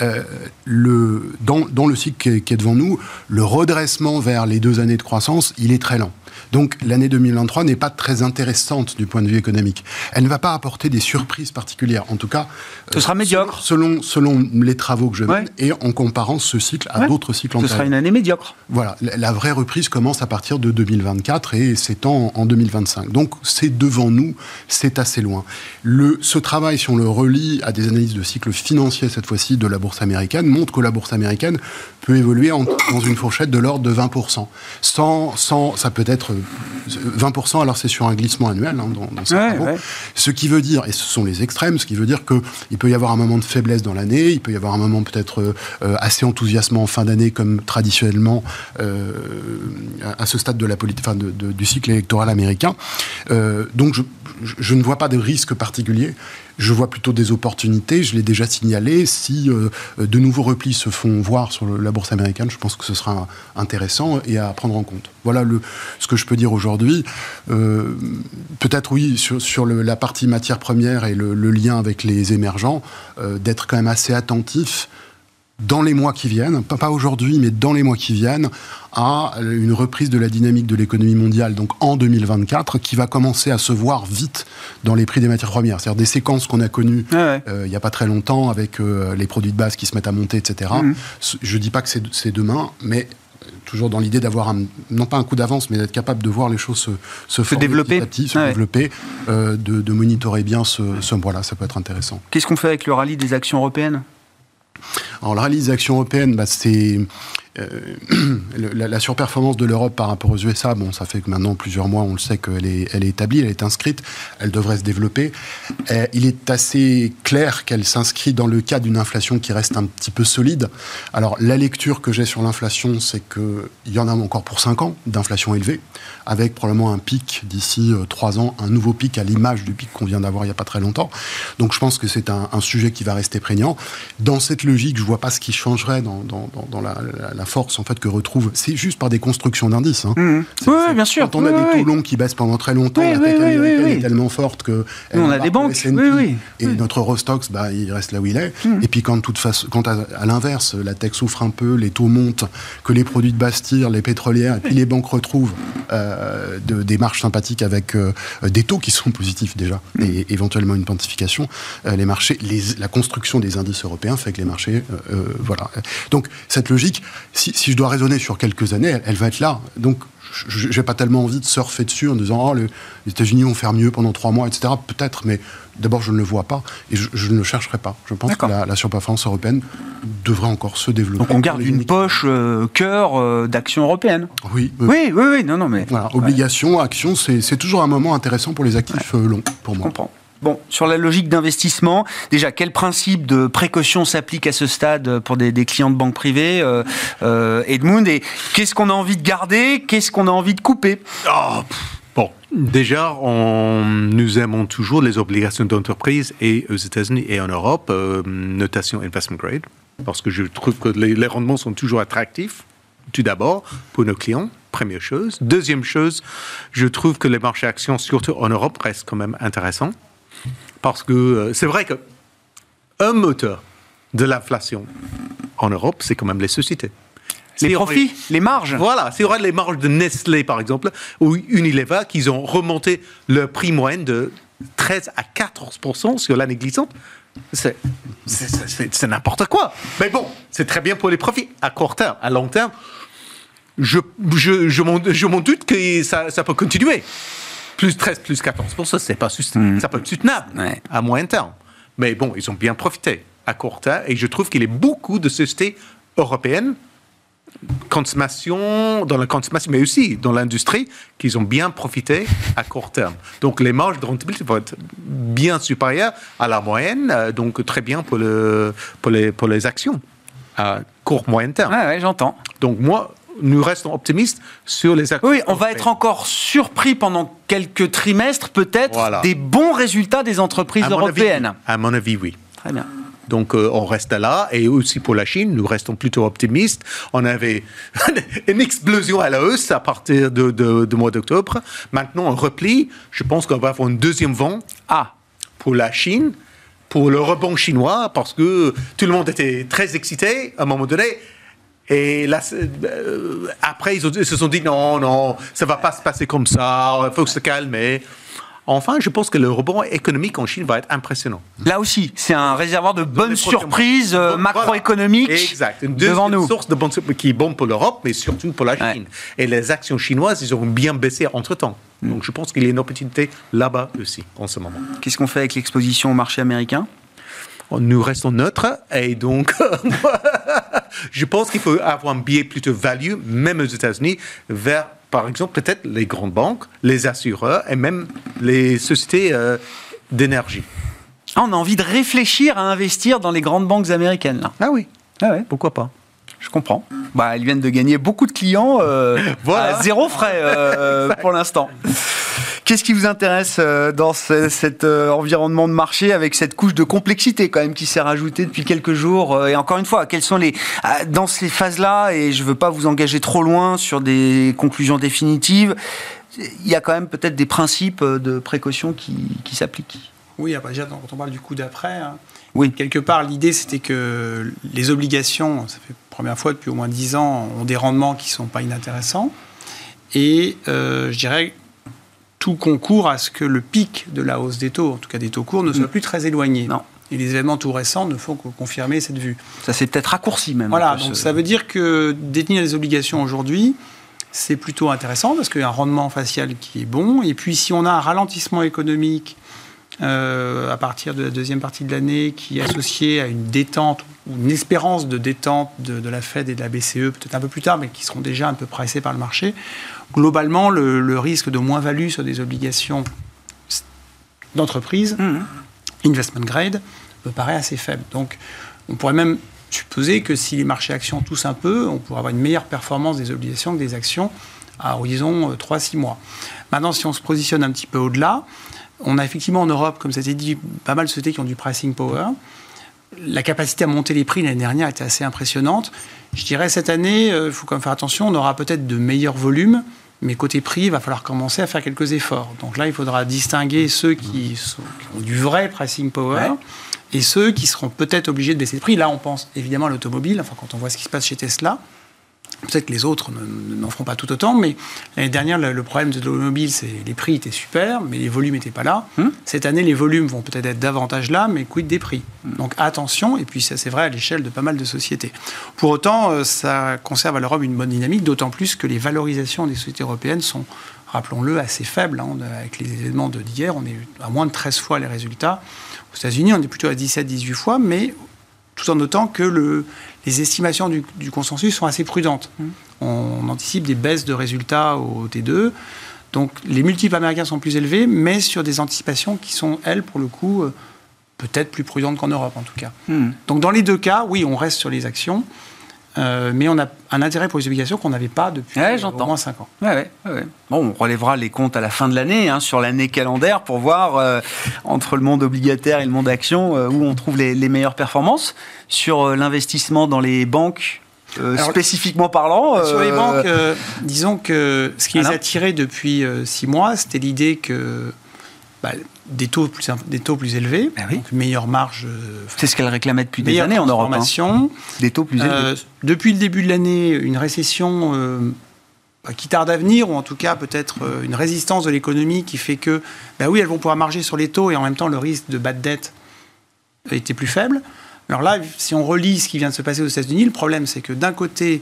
Dans le cycle qui est devant nous, le redressement vers les 2 années de croissance, il est très lent. Donc l'année 2023 n'est pas très intéressante du point de vue économique. Elle ne va pas apporter des surprises particulières. En tout cas,
ce sera médiocre.
Selon les travaux que je mène et en comparant ce cycle à d'autres cycles antérieurs.
Ce sera une année médiocre.
Voilà, la vraie reprise commence à partir de 2024 et s'étend en 2025. Donc c'est devant nous, c'est assez loin. Ce travail, si on le relie à des analyses de cycle financier, cette fois-ci, de la bourse américaine, montre que la bourse américaine peut évoluer dans une fourchette de l'ordre de 20%. Ça peut être 20%, alors c'est sur un glissement annuel dans ces travaux. Ce qui veut dire, et ce sont les extrêmes, ce qui veut dire qu'il peut y avoir un moment de faiblesse dans l'année, il peut y avoir un moment peut-être assez enthousiasmant en fin d'année, comme traditionnellement à ce stade de la du cycle électoral américain. Donc je ne vois pas de risque particulier. Je vois plutôt des opportunités. Je l'ai déjà signalé. Si de nouveaux replis se font voir sur la bourse américaine, je pense que ce sera intéressant et à prendre en compte. Voilà ce que je peux dire aujourd'hui. Peut-être, oui, sur la partie matière première et le lien avec les émergents, d'être quand même assez attentif dans les mois qui viennent, pas aujourd'hui, mais dans les mois qui viennent, à une reprise de la dynamique de l'économie mondiale, donc en 2024, qui va commencer à se voir vite dans les prix des matières premières. C'est-à-dire des séquences qu'on a connues il n'y a pas très longtemps, avec les produits de base qui se mettent à monter, etc. Je ne dis pas que c'est demain, mais toujours dans l'idée d'avoir, non pas un coup d'avance, mais d'être capable de voir les choses se
développer,
développer, de monitorer bien ce mois-là, ça peut être intéressant.
Qu'est-ce qu'on fait avec le rallye des actions européennes ?
Alors, le rallye des actions européennes, c'est la surperformance de l'Europe par rapport aux USA. Bon, ça fait que maintenant plusieurs mois, on le sait qu'elle est établie, elle est inscrite, elle devrait se développer. Il est assez clair qu'elle s'inscrit dans le cadre d'une inflation qui reste un petit peu solide. Alors, la lecture que j'ai sur l'inflation, c'est qu'il y en a encore pour 5 ans d'inflation élevée, avec probablement un pic d'ici 3 ans, un nouveau pic à l'image du pic qu'on vient d'avoir il n'y a pas très longtemps. Donc, je pense que c'est un sujet qui va rester prégnant. Dans cette logique, je ne vois pas ce qui changerait dans la force en fait que retrouve, c'est juste par des constructions d'indices.
Oui, bien sûr.
Quand on a des taux longs qui baissent pendant très longtemps, la tech américaine est tellement forte que
on a des banques,
et notre Eurostoxx, il reste là où il est. Et puis quand à l'inverse, la tech souffre un peu, les taux montent, que les produits de base tirent, les pétrolières, et puis les banques retrouvent des marges sympathiques avec des taux qui sont positifs déjà, et éventuellement une pontification, les marchés, la construction des indices européens fait que les marchés, voilà. Donc cette logique, si je dois raisonner sur quelques années, elle va être là. Donc, je n'ai pas tellement envie de surfer dessus en disant les États-Unis vont faire mieux pendant 3 mois, etc. Peut-être, mais d'abord, je ne le vois pas et je ne le chercherai pas. Je pense que la surperformance européenne devrait encore se développer.
Donc, on garde une poche cœur d'actions européennes.
Oui.
Non, mais...
Voilà, obligation, action, c'est toujours un moment intéressant pour les actifs longs, pour moi.
Je comprends. Bon, sur la logique d'investissement, déjà, quel principe de précaution s'applique à ce stade pour des clients de banque privée, Edmund, et qu'est-ce qu'on a envie de garder, qu'est-ce qu'on a envie de couper ?
Bon, déjà, nous aimons toujours les obligations d'entreprise et aux États-Unis et en Europe, notation investment grade, parce que je trouve que les rendements sont toujours attractifs, tout d'abord, pour nos clients. Première chose. Deuxième chose, je trouve que les marchés actions, surtout en Europe, restent quand même intéressants. Parce que c'est vrai qu'un moteur de l'inflation en Europe, c'est quand même les sociétés.
Les profits, les marges.
Voilà, c'est vrai, les marges de Nestlé, par exemple, ou Unilever, qu'ils ont remonté le prix moyen de 13 à 14% sur l'année glissante. C'est n'importe quoi. Mais bon, c'est très bien pour les profits à court terme. À long terme, je m'en doute que ça peut continuer. Plus 13, plus 14%, c'est pas soutenable. Ça peut être soutenable à moyen terme. Mais bon, ils ont bien profité à court terme. Et je trouve qu'il y a beaucoup de sociétés européennes, dans la consommation, mais aussi dans l'industrie, qui ont bien profité à court terme. Donc les marges de rentabilité vont être bien supérieures à la moyenne, donc très bien pour les actions à court moyen terme.
Oui, j'entends.
Donc moi, nous restons optimistes sur les actions.
Oui, on va être encore surpris pendant quelques trimestres, peut-être, des bons résultats des entreprises européennes.
À mon avis, oui.
Très bien.
Donc, on reste là. Et aussi pour la Chine, nous restons plutôt optimistes. On avait une explosion à la hausse à partir du mois d'octobre. Maintenant, on replie. Je pense qu'on va avoir une deuxième vent pour la Chine, pour le rebond chinois, parce que tout le monde était très excité à un moment donné. Et là, après, ils se sont dit non, ça ne va pas se passer comme ça, il faut se calmer. Enfin, je pense que le rebond économique en Chine va être impressionnant.
Là aussi, c'est un réservoir de bonnes surprises macroéconomiques devant nous.
Une source de bonnes surprises qui est bonne pour l'Europe, mais surtout pour la Chine. Et les actions chinoises, ils auront bien baissé entre-temps. Donc, je pense qu'il y a une opportunité là-bas aussi, en ce moment.
Qu'est-ce qu'on fait avec l'exposition au marché américain ?
Nous restons neutres et donc je pense qu'il faut avoir un biais plutôt value, même aux États-Unis, vers, par exemple, peut-être les grandes banques, les assureurs et même les sociétés d'énergie.
On a envie de réfléchir à investir dans les grandes banques américaines, là.
Ah oui, pourquoi pas ?
Je comprends. Elles viennent de gagner beaucoup de clients à zéro frais pour l'instant. Qu'est-ce qui vous intéresse dans cet environnement de marché avec cette couche de complexité quand même qui s'est rajoutée depuis quelques jours? Et encore une fois, quels sont dans ces phases-là, et je ne veux pas vous engager trop loin sur des conclusions définitives, il y a quand même peut-être des principes de précaution qui s'appliquent.
Oui, déjà, quand on parle du coup d'après,
oui.
Quelque part, l'idée, c'était que les obligations, ça fait la première fois depuis au moins 10 ans, ont des rendements qui ne sont pas inintéressants. Et je dirais, tout concourt à ce que le pic de la hausse des taux, en tout cas des taux courts, ne soit plus très éloigné.
Non.
Et les événements tout récents ne font que confirmer cette vue.
Ça s'est peut-être raccourci même.
Voilà, donc ça veut dire que détenir des obligations aujourd'hui, c'est plutôt intéressant parce qu'il y a un rendement facial qui est bon. Et puis si on a un ralentissement économique à partir de la deuxième partie de l'année qui est associé à une détente ou une espérance de détente de la Fed et de la BCE, peut-être un peu plus tard, mais qui seront déjà un peu pressés par le marché, globalement, le risque de moins-value sur des obligations d'entreprise, investment grade, me paraît assez faible. Donc, on pourrait même supposer que si les marchés actions toussent un peu, on pourrait avoir une meilleure performance des obligations que des actions à horizon 3-6 mois. Maintenant, si on se positionne un petit peu au-delà, on a effectivement en Europe, comme ça a été dit, pas mal de sociétés qui ont du pricing power. La capacité à monter les prix l'année dernière était assez impressionnante. Je dirais cette année, il faut quand même faire attention, on aura peut-être de meilleurs volumes, mais côté prix, il va falloir commencer à faire quelques efforts. Donc là, il faudra distinguer ceux qui ont du vrai pricing power et ceux qui seront peut-être obligés de baisser le prix. Là, on pense évidemment à l'automobile, enfin, quand on voit ce qui se passe chez Tesla. Peut-être que les autres n'en feront pas tout autant, mais l'année dernière, le problème de l'automobile, c'est les prix étaient super, mais les volumes n'étaient pas là. Cette année, les volumes vont peut-être être davantage là, mais quid des prix. Donc attention, et puis ça c'est vrai à l'échelle de pas mal de sociétés. Pour autant, ça conserve à l'Europe une bonne dynamique, d'autant plus que les valorisations des sociétés européennes sont, rappelons-le, assez faibles. Avec les événements d'hier, on est à moins de 13 fois les résultats. Aux États-Unis, on est plutôt à 17-18 fois, mais tout en notant que les estimations du consensus sont assez prudentes. On anticipe des baisses de résultats au T2. Donc, les multiples américains sont plus élevés, mais sur des anticipations qui sont, elles, pour le coup, peut-être plus prudentes qu'en Europe, en tout cas. Donc, dans les deux cas, oui, on reste sur les actions, mais on a un intérêt pour les obligations qu'on n'avait pas depuis au moins 5 ans.
Bon, on relèvera les comptes à la fin de l'année, sur l'année calendaire, pour voir, entre le monde obligataire et le monde action, où on trouve les meilleures performances. Sur l'investissement dans les banques, spécifiquement parlant...
Sur les banques, disons que ce qui les a tirés depuis 6 mois, c'était l'idée que... des taux plus élevés, donc une meilleure marge.
C'est ce qu'elle réclamait depuis des années en Europe. Des taux plus élevés.
Depuis le début de l'année, une récession qui tarde à venir, ou en tout cas peut-être une résistance de l'économie qui fait que, oui, elles vont pouvoir marger sur les taux et en même temps le risque de bad debt était plus faible. Alors là, si on relit ce qui vient de se passer aux États-Unis, le problème c'est que d'un côté,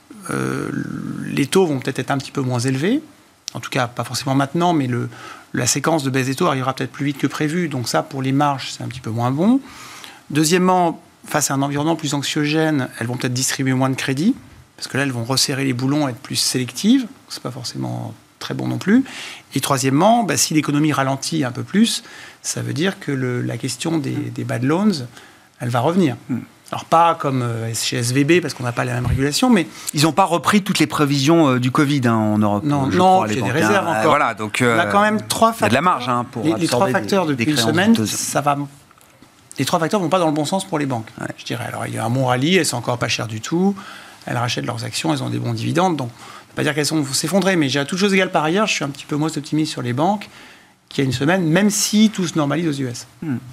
les taux vont peut-être être un petit peu moins élevés. En tout cas, pas forcément maintenant, mais la séquence de baisse des taux arrivera peut-être plus vite que prévu. Donc ça, pour les marges, c'est un petit peu moins bon. Deuxièmement, face à un environnement plus anxiogène, elles vont peut-être distribuer moins de crédit, parce que là, elles vont resserrer les boulons, être plus sélectives. C'est pas forcément très bon non plus. Et troisièmement, si l'économie ralentit un peu plus, ça veut dire que la question des bad loans, elle va revenir. Alors pas comme chez SVB, parce qu'on n'a pas la même régulation, mais...
Ils n'ont pas repris toutes les prévisions du Covid en Europe.
Non, il y a des réserves encore.
Voilà, donc,
on a quand même 3 facteurs.
Il y a de la marge pour
les 3 facteurs depuis une semaine, ça va... Les 3 facteurs ne vont pas dans le bon sens pour les banques, je dirais. Alors il y a un bon rallye, elles sont encore pas chères du tout, elles rachètent leurs actions, elles ont des bons dividendes, donc on ne peut pas dire qu'elles vont s'effondrer, mais à toutes choses égales par ailleurs, je suis un petit peu moins optimiste sur les banques qu'il y a une semaine, même si tout se normalise aux US.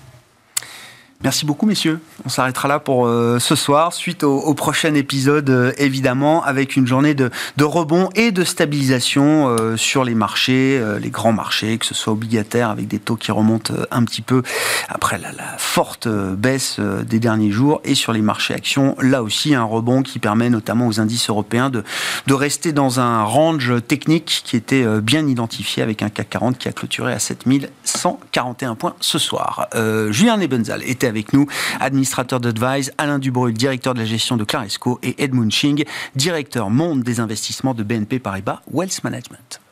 Merci beaucoup, messieurs. On s'arrêtera là pour ce soir, suite au prochain épisode, évidemment, avec une journée de rebond et de stabilisation sur les marchés, les grands marchés, que ce soit obligataires, avec des taux qui remontent un petit peu après la forte baisse des derniers jours, et sur les marchés actions, là aussi, un rebond qui permet notamment aux indices européens de rester dans un range technique qui était bien identifié, avec un CAC 40 qui a clôturé à 7141 points ce soir. Julien Nebenzal était avec nous, administrateur d'Advise, Alain Dubreuil, directeur de la gestion de Claresco, et Edmund Ching, directeur monde des investissements de BNP Paribas Wealth Management.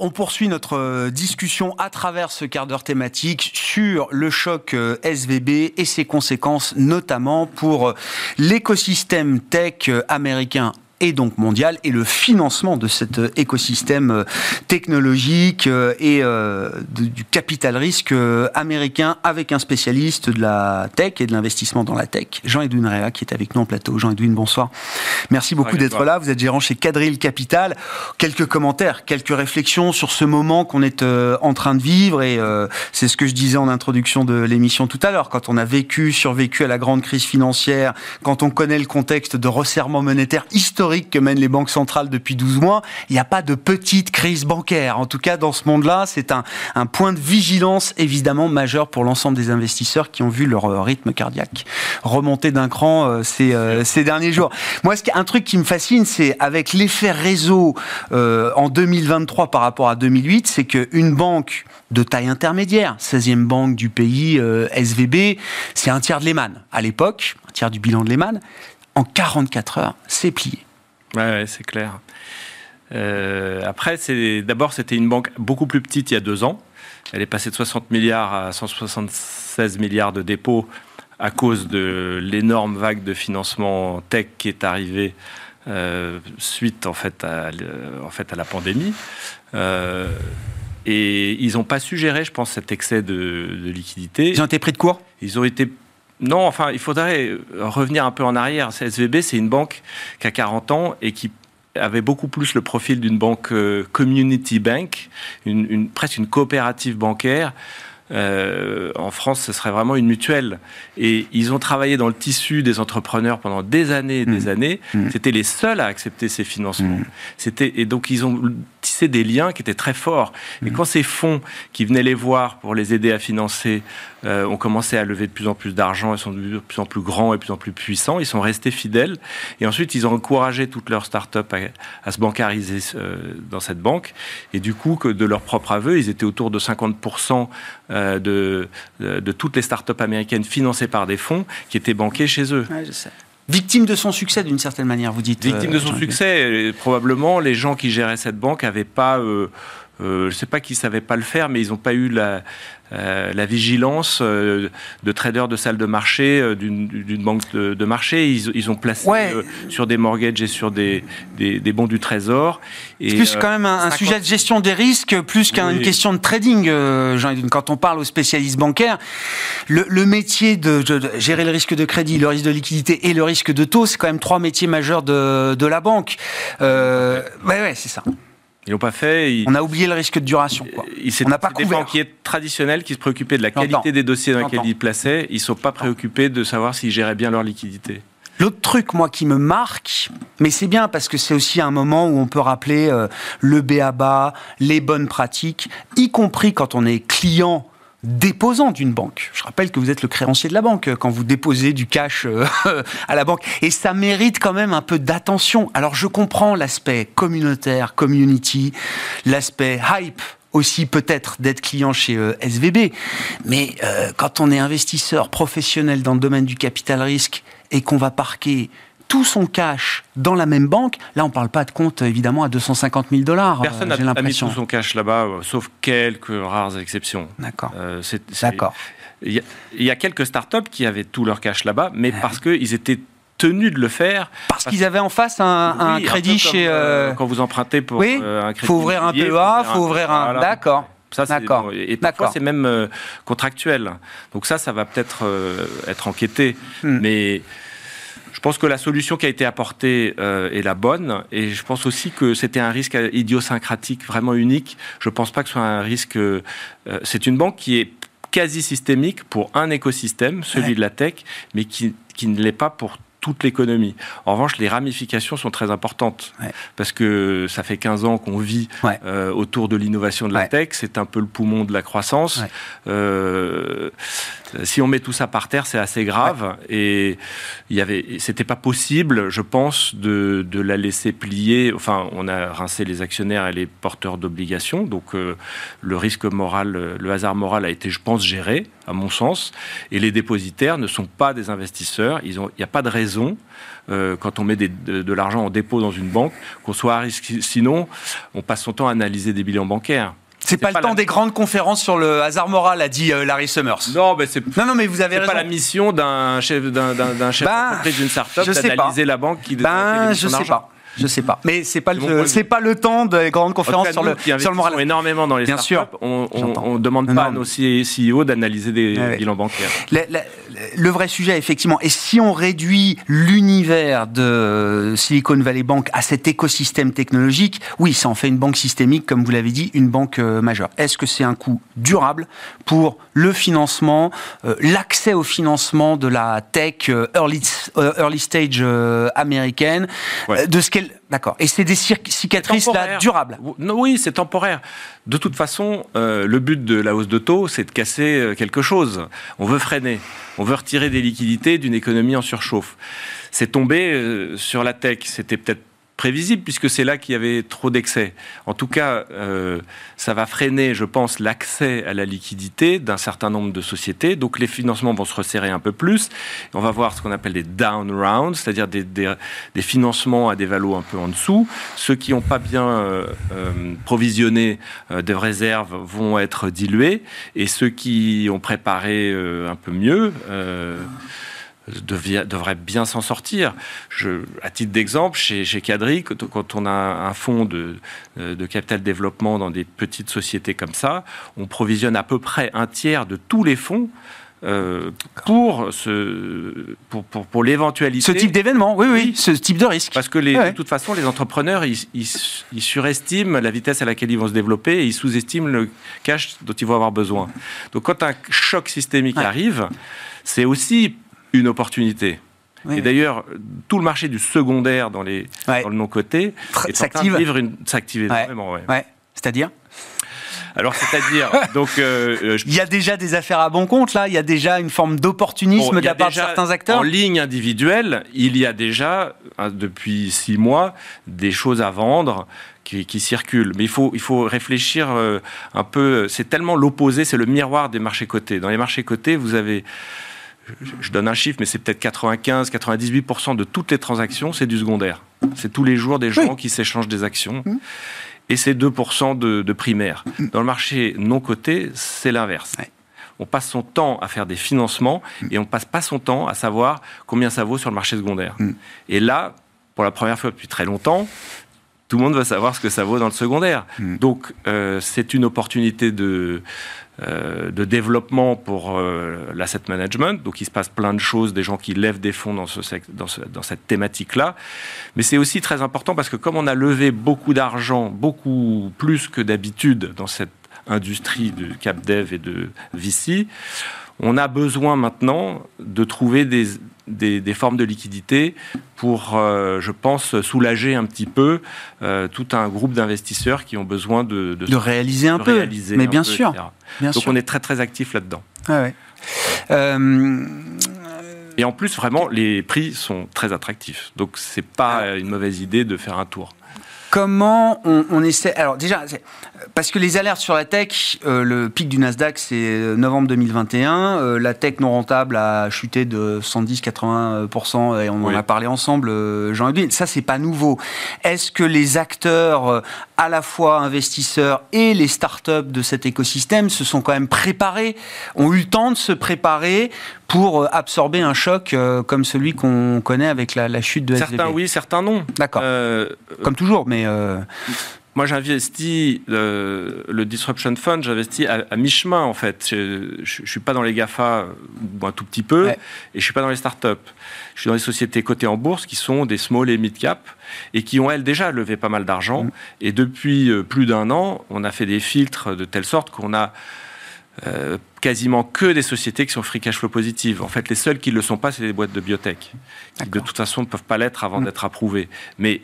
On poursuit notre discussion à travers ce quart d'heure thématique sur le choc SVB et ses conséquences, notamment pour l'écosystème tech américain et donc mondial, et le financement de cet écosystème technologique et du capital risque américain, avec un spécialiste de la tech et de l'investissement dans la tech, Jean-Edwin Réa, qui est avec nous en plateau. Jean-Edwin, bonsoir. Merci beaucoup d'être là. Vous êtes gérant chez Quadrille Capital. Quelques commentaires, quelques réflexions sur ce moment qu'on est en train de vivre, et c'est ce que je disais en introduction de l'émission tout à l'heure. Quand on a survécu à la grande crise financière, quand on connaît le contexte de resserrement monétaire historique que mènent les banques centrales depuis 12 mois, il n'y a pas de petite crise bancaire. En tout cas, dans ce monde-là, c'est un point de vigilance évidemment majeur pour l'ensemble des investisseurs qui ont vu leur rythme cardiaque remonter d'un cran ces derniers jours. Moi, un truc qui me fascine, c'est avec l'effet réseau en 2023 par rapport à 2008, c'est qu'une banque de taille intermédiaire, 16e banque du pays, SVB, c'est un tiers de Lehman. À l'époque, un tiers du bilan de Lehman, en 44 heures, c'est plié.
Ouais, c'est clair. Après, d'abord, c'était une banque beaucoup plus petite il y a 2 ans. Elle est passée de 60 milliards à 176 milliards de dépôts à cause de l'énorme vague de financement tech qui est arrivée suite en fait à la pandémie. Et ils n'ont pas su gérer, je pense, cet excès de liquidité.
Ils ont été pris de court ?
Ils ont été... Non, enfin, il faudrait revenir un peu en arrière. SVB, c'est une banque qui a 40 ans et qui avait beaucoup plus le profil d'une banque community bank, presque une coopérative bancaire. En France, ce serait vraiment une mutuelle. Et ils ont travaillé dans le tissu des entrepreneurs pendant des années et des années. C'était les seuls à accepter ces financements. Et donc, ils ont tissé des liens qui étaient très forts. Et quand ces fonds qui venaient les voir pour les aider à financer ont commencé à lever de plus en plus d'argent, ils sont de plus en plus grands et de plus en plus puissants, ils sont restés fidèles. Et ensuite, ils ont encouragé toutes leurs startups à se bancariser dans cette banque. Et du coup, que de leur propre aveu, ils étaient autour de 50% de toutes les startups américaines financées par des fonds qui étaient banqués chez eux.
Ouais, je sais. Victime de son succès, d'une certaine manière, vous dites.
Victime de son succès. Probablement, les gens qui géraient cette banque n'avaient pas... je ne sais pas qu'ils ne savaient pas le faire, mais ils n'ont pas eu la vigilance de traders de salles de marché, d'une banque de marché. Ils ont placé sur des mortgages et sur des bons du trésor.
C'est plus quand même un sujet de gestion des risques, plus qu'une question de trading. Quand on parle aux spécialistes bancaires, le métier de gérer le risque de crédit, le risque de liquidité et le risque de taux, c'est quand même 3 métiers majeurs de la banque. Ouais, c'est ça.
Ils l'ont pas fait.
On a oublié le risque de duration. On n'a pas couvert.
Des banquiers traditionnels qui se préoccupaient de la qualité des dossiers dans lesquels ils plaçaient. Ils ne sont pas préoccupés de savoir s'ils géraient bien leur liquidité.
L'autre truc, moi, qui me marque, mais c'est bien parce que c'est aussi un moment où on peut rappeler le b.a.-ba, les bonnes pratiques, y compris quand on est client déposant d'une banque. Je rappelle que vous êtes le créancier de la banque quand vous déposez du cash à la banque. Et ça mérite quand même un peu d'attention. Alors je comprends l'aspect communautaire, community, l'aspect hype aussi peut-être d'être client chez SVB. Mais quand on est investisseur professionnel dans le domaine du capital risque et qu'on va parquer tout son cash dans la même banque, là on ne parle pas de compte évidemment à $250 000.
Personne n'a mis tout son cash là-bas, sauf quelques rares exceptions.
D'accord.
D'accord. Il y a quelques startups qui avaient tout leur cash là-bas, mais parce qu'ils étaient tenus de le faire.
Parce qu'ils avaient en face un crédit chez...
Quand vous empruntez pour un crédit.
Il faut ouvrir un PEA, il faut ouvrir un... Voilà. D'accord.
Ça, d'accord. Et parfois, c'est même contractuel. Donc ça va peut-être être enquêté. Mais... je pense que la solution qui a été apportée est la bonne, et je pense aussi que c'était un risque idiosyncratique vraiment unique. Je ne pense pas que ce soit un risque... c'est une banque qui est quasi systémique pour un écosystème, celui de la tech, mais qui ne l'est pas pour toute l'économie. En revanche, les ramifications sont très importantes, parce que ça fait 15 ans qu'on vit autour de l'innovation de la tech, c'est un peu le poumon de la croissance. Si on met tout ça par terre, c'est assez grave, et c'était pas possible, je pense, de la laisser plier. Enfin, on a rincé les actionnaires et les porteurs d'obligations, donc le risque moral, le hasard moral a été, je pense, géré, à mon sens, et les dépositaires ne sont pas des investisseurs, il n'y a pas de raison raison, quand on met de l'argent en dépôt dans une banque, qu'on soit à risque. Sinon, on passe son temps à analyser des bilans bancaires.
C'est pas le temps des grandes conférences sur le hasard moral, a dit Larry Summers.
Non, mais
mais vous avez raison.
C'est pas la mission d'un chef d'entreprise d'une start-up d'analyser la banque qui détient son argent.
Je sais pas, mais c'est pas le temps des grandes conférences sur le moral.
Énormément dans les startups. On demande pas à nos CEO d'analyser des bilans bancaires.
Le vrai sujet, effectivement, et si on réduit l'univers de Silicon Valley Bank à cet écosystème technologique, oui, ça en fait une banque systémique, comme vous l'avez dit, une banque majeure. Est-ce que c'est un coût durable pour le financement, l'accès au financement de la tech early stage américaine, de ce qu'elle... D'accord. Et c'est des cicatrices là durables.
Oui, c'est temporaire. De toute façon, le but de la hausse de taux, c'est de casser quelque chose. On veut freiner. On veut retirer des liquidités d'une économie en surchauffe. C'est tombé sur la tech. C'était peut-être prévisible, puisque c'est là qu'il y avait trop d'excès. En tout cas, ça va freiner, je pense, l'accès à la liquidité d'un certain nombre de sociétés. Donc les financements vont se resserrer un peu plus. On va voir ce qu'on appelle des down rounds, c'est-à-dire des financements à des valos un peu en dessous. Ceux qui n'ont pas bien provisionné des réserves vont être dilués, et ceux qui ont préparé un peu mieux devrait bien s'en sortir. À titre d'exemple, chez Cadry, quand on a un fonds de capital développement dans des petites sociétés comme ça, on provisionne à peu près un tiers de tous les fonds pour l'éventualité.
Ce type d'événement, oui, ce type de risque.
Parce que de toute façon, les entrepreneurs, ils surestiment la vitesse à laquelle ils vont se développer et ils sous-estiment le cash dont ils vont avoir besoin. Donc quand un choc systémique arrive, c'est aussi une opportunité. Oui. Et d'ailleurs, tout le marché du secondaire dans le non-coté est en train de vivre s'active énormément.
C'est-à-dire ?
Alors, donc...
il y a déjà des affaires à bon compte, là. Il y a déjà une forme d'opportunisme de la part de certains acteurs.
En ligne individuelle, il y a déjà, depuis 6 mois, des choses à vendre qui circulent. Mais il faut réfléchir un peu. C'est tellement l'opposé, c'est le miroir des marchés cotés. Dans les marchés cotés, vous avez... Je donne un chiffre, mais c'est peut-être 95-98% de toutes les transactions, c'est du secondaire. C'est tous les jours des gens qui s'échangent des actions. Et c'est 2% de primaire. Dans le marché non coté, c'est l'inverse. On passe son temps à faire des financements et on ne passe pas son temps à savoir combien ça vaut sur le marché secondaire. Et là, pour la première fois depuis très longtemps, tout le monde veut savoir ce que ça vaut dans le secondaire. Donc, c'est une opportunité de développement pour l'asset management. Donc, il se passe plein de choses, des gens qui lèvent des fonds dans cette thématique-là. Mais c'est aussi très important parce que comme on a levé beaucoup d'argent, beaucoup plus que d'habitude dans cette industrie de CapDev et de VC, on a besoin maintenant de trouver des formes de liquidité pour, je pense, soulager un petit peu tout un groupe d'investisseurs qui ont besoin de
réaliser un peu. Mais bien sûr.
Donc on est très très actif là-dedans. Et en plus, vraiment, les prix sont très attractifs. Donc c'est pas une mauvaise idée de faire un tour.
Comment on essaie... Alors déjà, parce que les alertes sur la tech, le pic du Nasdaq, c'est novembre 2021. La tech non rentable a chuté de 110-80%, et on en a parlé ensemble, Jean-Edouard. Ça, c'est pas nouveau. Est-ce que les acteurs, à la fois investisseurs et les startups de cet écosystème, se sont quand même préparés, ont eu le temps de se préparer pour absorber un choc comme celui qu'on connaît avec la chute de SVB?
Certains oui, certains non.
D'accord. Comme toujours, mais...
Moi, j'investis le Disruption Fund, j'investis à mi-chemin, en fait. Je ne suis pas dans les GAFA, ou un tout petit peu, et je ne suis pas dans les startups. Je suis dans les sociétés cotées en bourse qui sont des small et mid-cap, et qui ont, elles, déjà levé pas mal d'argent. Et depuis plus d'1 an, on a fait des filtres de telle sorte qu'on a quasiment que des sociétés qui sont free cash flow positives. En fait, les seules qui ne le sont pas, c'est les boîtes de biotech, qui de toute façon ne peuvent pas l'être avant d'être approuvées. Mais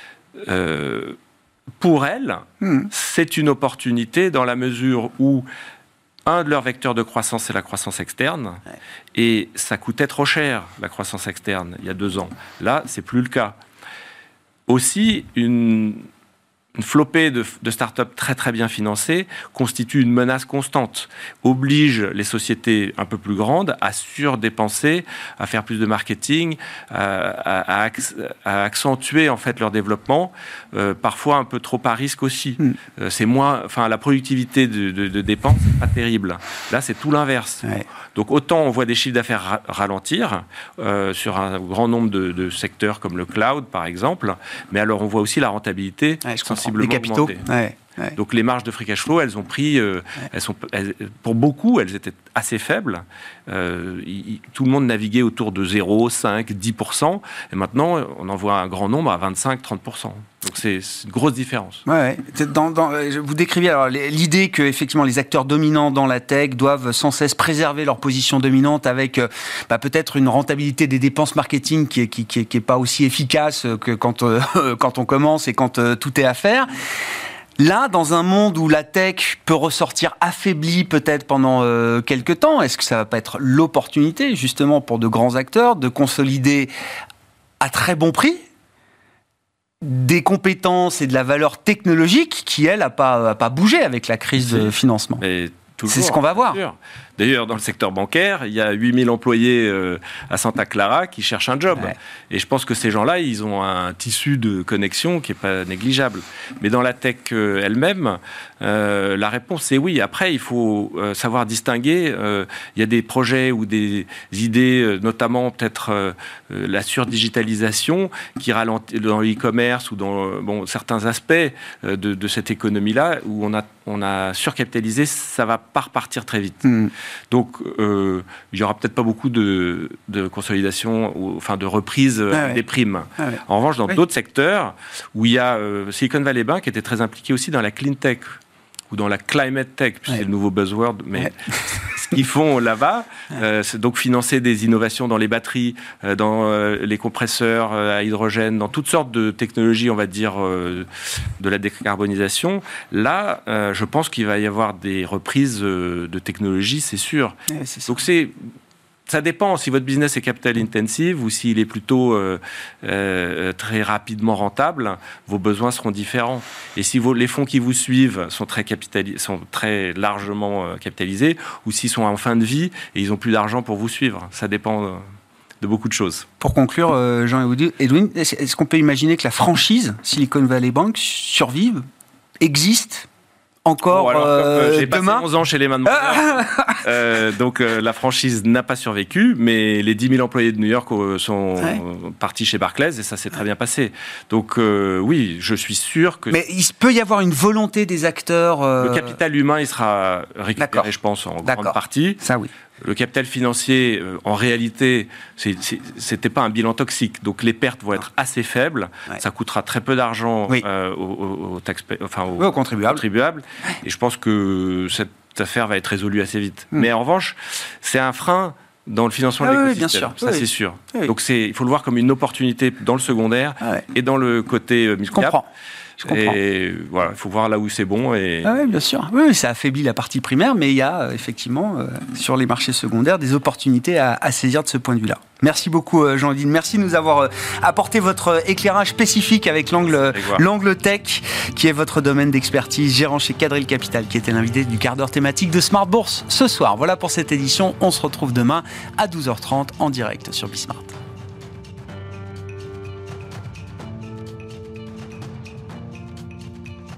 pour elles, c'est une opportunité dans la mesure où un de leurs vecteurs de croissance, c'est la croissance externe, et ça coûtait trop cher, la croissance externe, il y a 2 ans. Là, c'est plus le cas. Aussi, une une flopée de startups très très bien financées constitue une menace constante, oblige les sociétés un peu plus grandes à surdépenser, à faire plus de marketing, à accentuer en fait leur développement, parfois un peu trop à risque aussi. C'est moins, enfin la productivité de dépenses c'est pas terrible. Là c'est tout l'inverse. Ouais. Donc autant on voit des chiffres d'affaires ralentir sur un grand nombre de secteurs comme le cloud par exemple, mais alors on voit aussi la rentabilité sensiblement
les capitaux.
Ouais. Donc les marges de free cash flow, elles ont pris, pour beaucoup, elles étaient assez faibles. Tout le monde naviguait autour de 0, 5, 10%, et maintenant on en voit un grand nombre à 25, 30%. Donc c'est une grosse différence.
Ouais. Vous décriviez alors l'idée que effectivement les acteurs dominants dans la tech doivent sans cesse préserver leur position dominante avec peut-être une rentabilité des dépenses marketing qui est pas aussi efficace que quand on commence et quand tout est à faire. Là, dans un monde où la tech peut ressortir affaiblie peut-être pendant quelques temps, est-ce que ça va pas être l'opportunité justement pour de grands acteurs de consolider à très bon prix des compétences et de la valeur technologique qui, elle, a pas bougé avec la crise de financement? C'est ce qu'on va voir.
D'ailleurs, dans le secteur bancaire, il y a 8000 employés à Santa Clara qui cherchent un job. Ouais. Et je pense que ces gens-là, ils ont un tissu de connexion qui n'est pas négligeable. Mais dans la tech elle-même, la réponse est oui. Après, il faut savoir distinguer. Il y a des projets ou des idées, notamment peut-être la surdigitalisation qui ralentit dans l'e-commerce ou dans certains aspects de cette économie-là où on a surcapitalisé, ça ne va pas repartir très vite. Donc, il n'y aura peut-être pas beaucoup de consolidation, enfin de reprise des primes. En revanche, dans d'autres secteurs, où il y a Silicon Valley Bank était très impliqué aussi dans la clean tech ou dans la climate tech, c'est le nouveau buzzword, mais ce qu'ils font là-bas, c'est donc financer des innovations dans les batteries, dans les compresseurs à hydrogène, dans toutes sortes de technologies, on va dire, de la décarbonisation. Là, je pense qu'il va y avoir des reprises de technologies, c'est sûr. Donc ça dépend si votre business est capital intensive ou s'il est plutôt très rapidement rentable, vos besoins seront différents. Et si les fonds qui vous suivent sont très largement capitalisés ou s'ils sont en fin de vie et ils n'ont plus d'argent pour vous suivre, ça dépend de beaucoup de choses.
Pour conclure, Jean-Edwin, est-ce qu'on peut imaginer que la franchise Silicon Valley Bank survive, existe encore
j'ai passé 11 ans chez Lehman Brothers, donc la franchise n'a pas survécu, mais les 10 000 employés de New York sont partis chez Barclays et ça s'est très bien passé. Donc oui, je suis sûr que...
Mais il peut y avoir une volonté des acteurs...
Le capital humain, il sera récupéré, je pense, en grande partie. Ça, oui. Le capital financier, en réalité, c'était pas un bilan toxique. Donc les pertes vont être assez faibles. Ça coûtera très peu d'argent aux contribuables. Et je pense que cette affaire va être résolue assez vite. Mais en revanche, c'est un frein dans le financement de l'écosystème. Bien sûr. Ça, c'est sûr. Donc il faut le voir comme une opportunité dans le secondaire et dans le côté mid-cap.
Je comprends.
Et voilà, il faut voir là où c'est bon.
Oui, bien sûr. Oui, ça affaiblit la partie primaire, mais il y a effectivement sur les marchés secondaires des opportunités à saisir de ce point de vue-là. Merci beaucoup Jean-Edwin. Merci de nous avoir apporté votre éclairage spécifique avec l'angle tech, qui est votre domaine d'expertise, gérant chez Quadrille Capital, qui était l'invité du quart d'heure thématique de Smart Bourse ce soir. Voilà pour cette édition. On se retrouve demain à 12h30 en direct sur Bismart.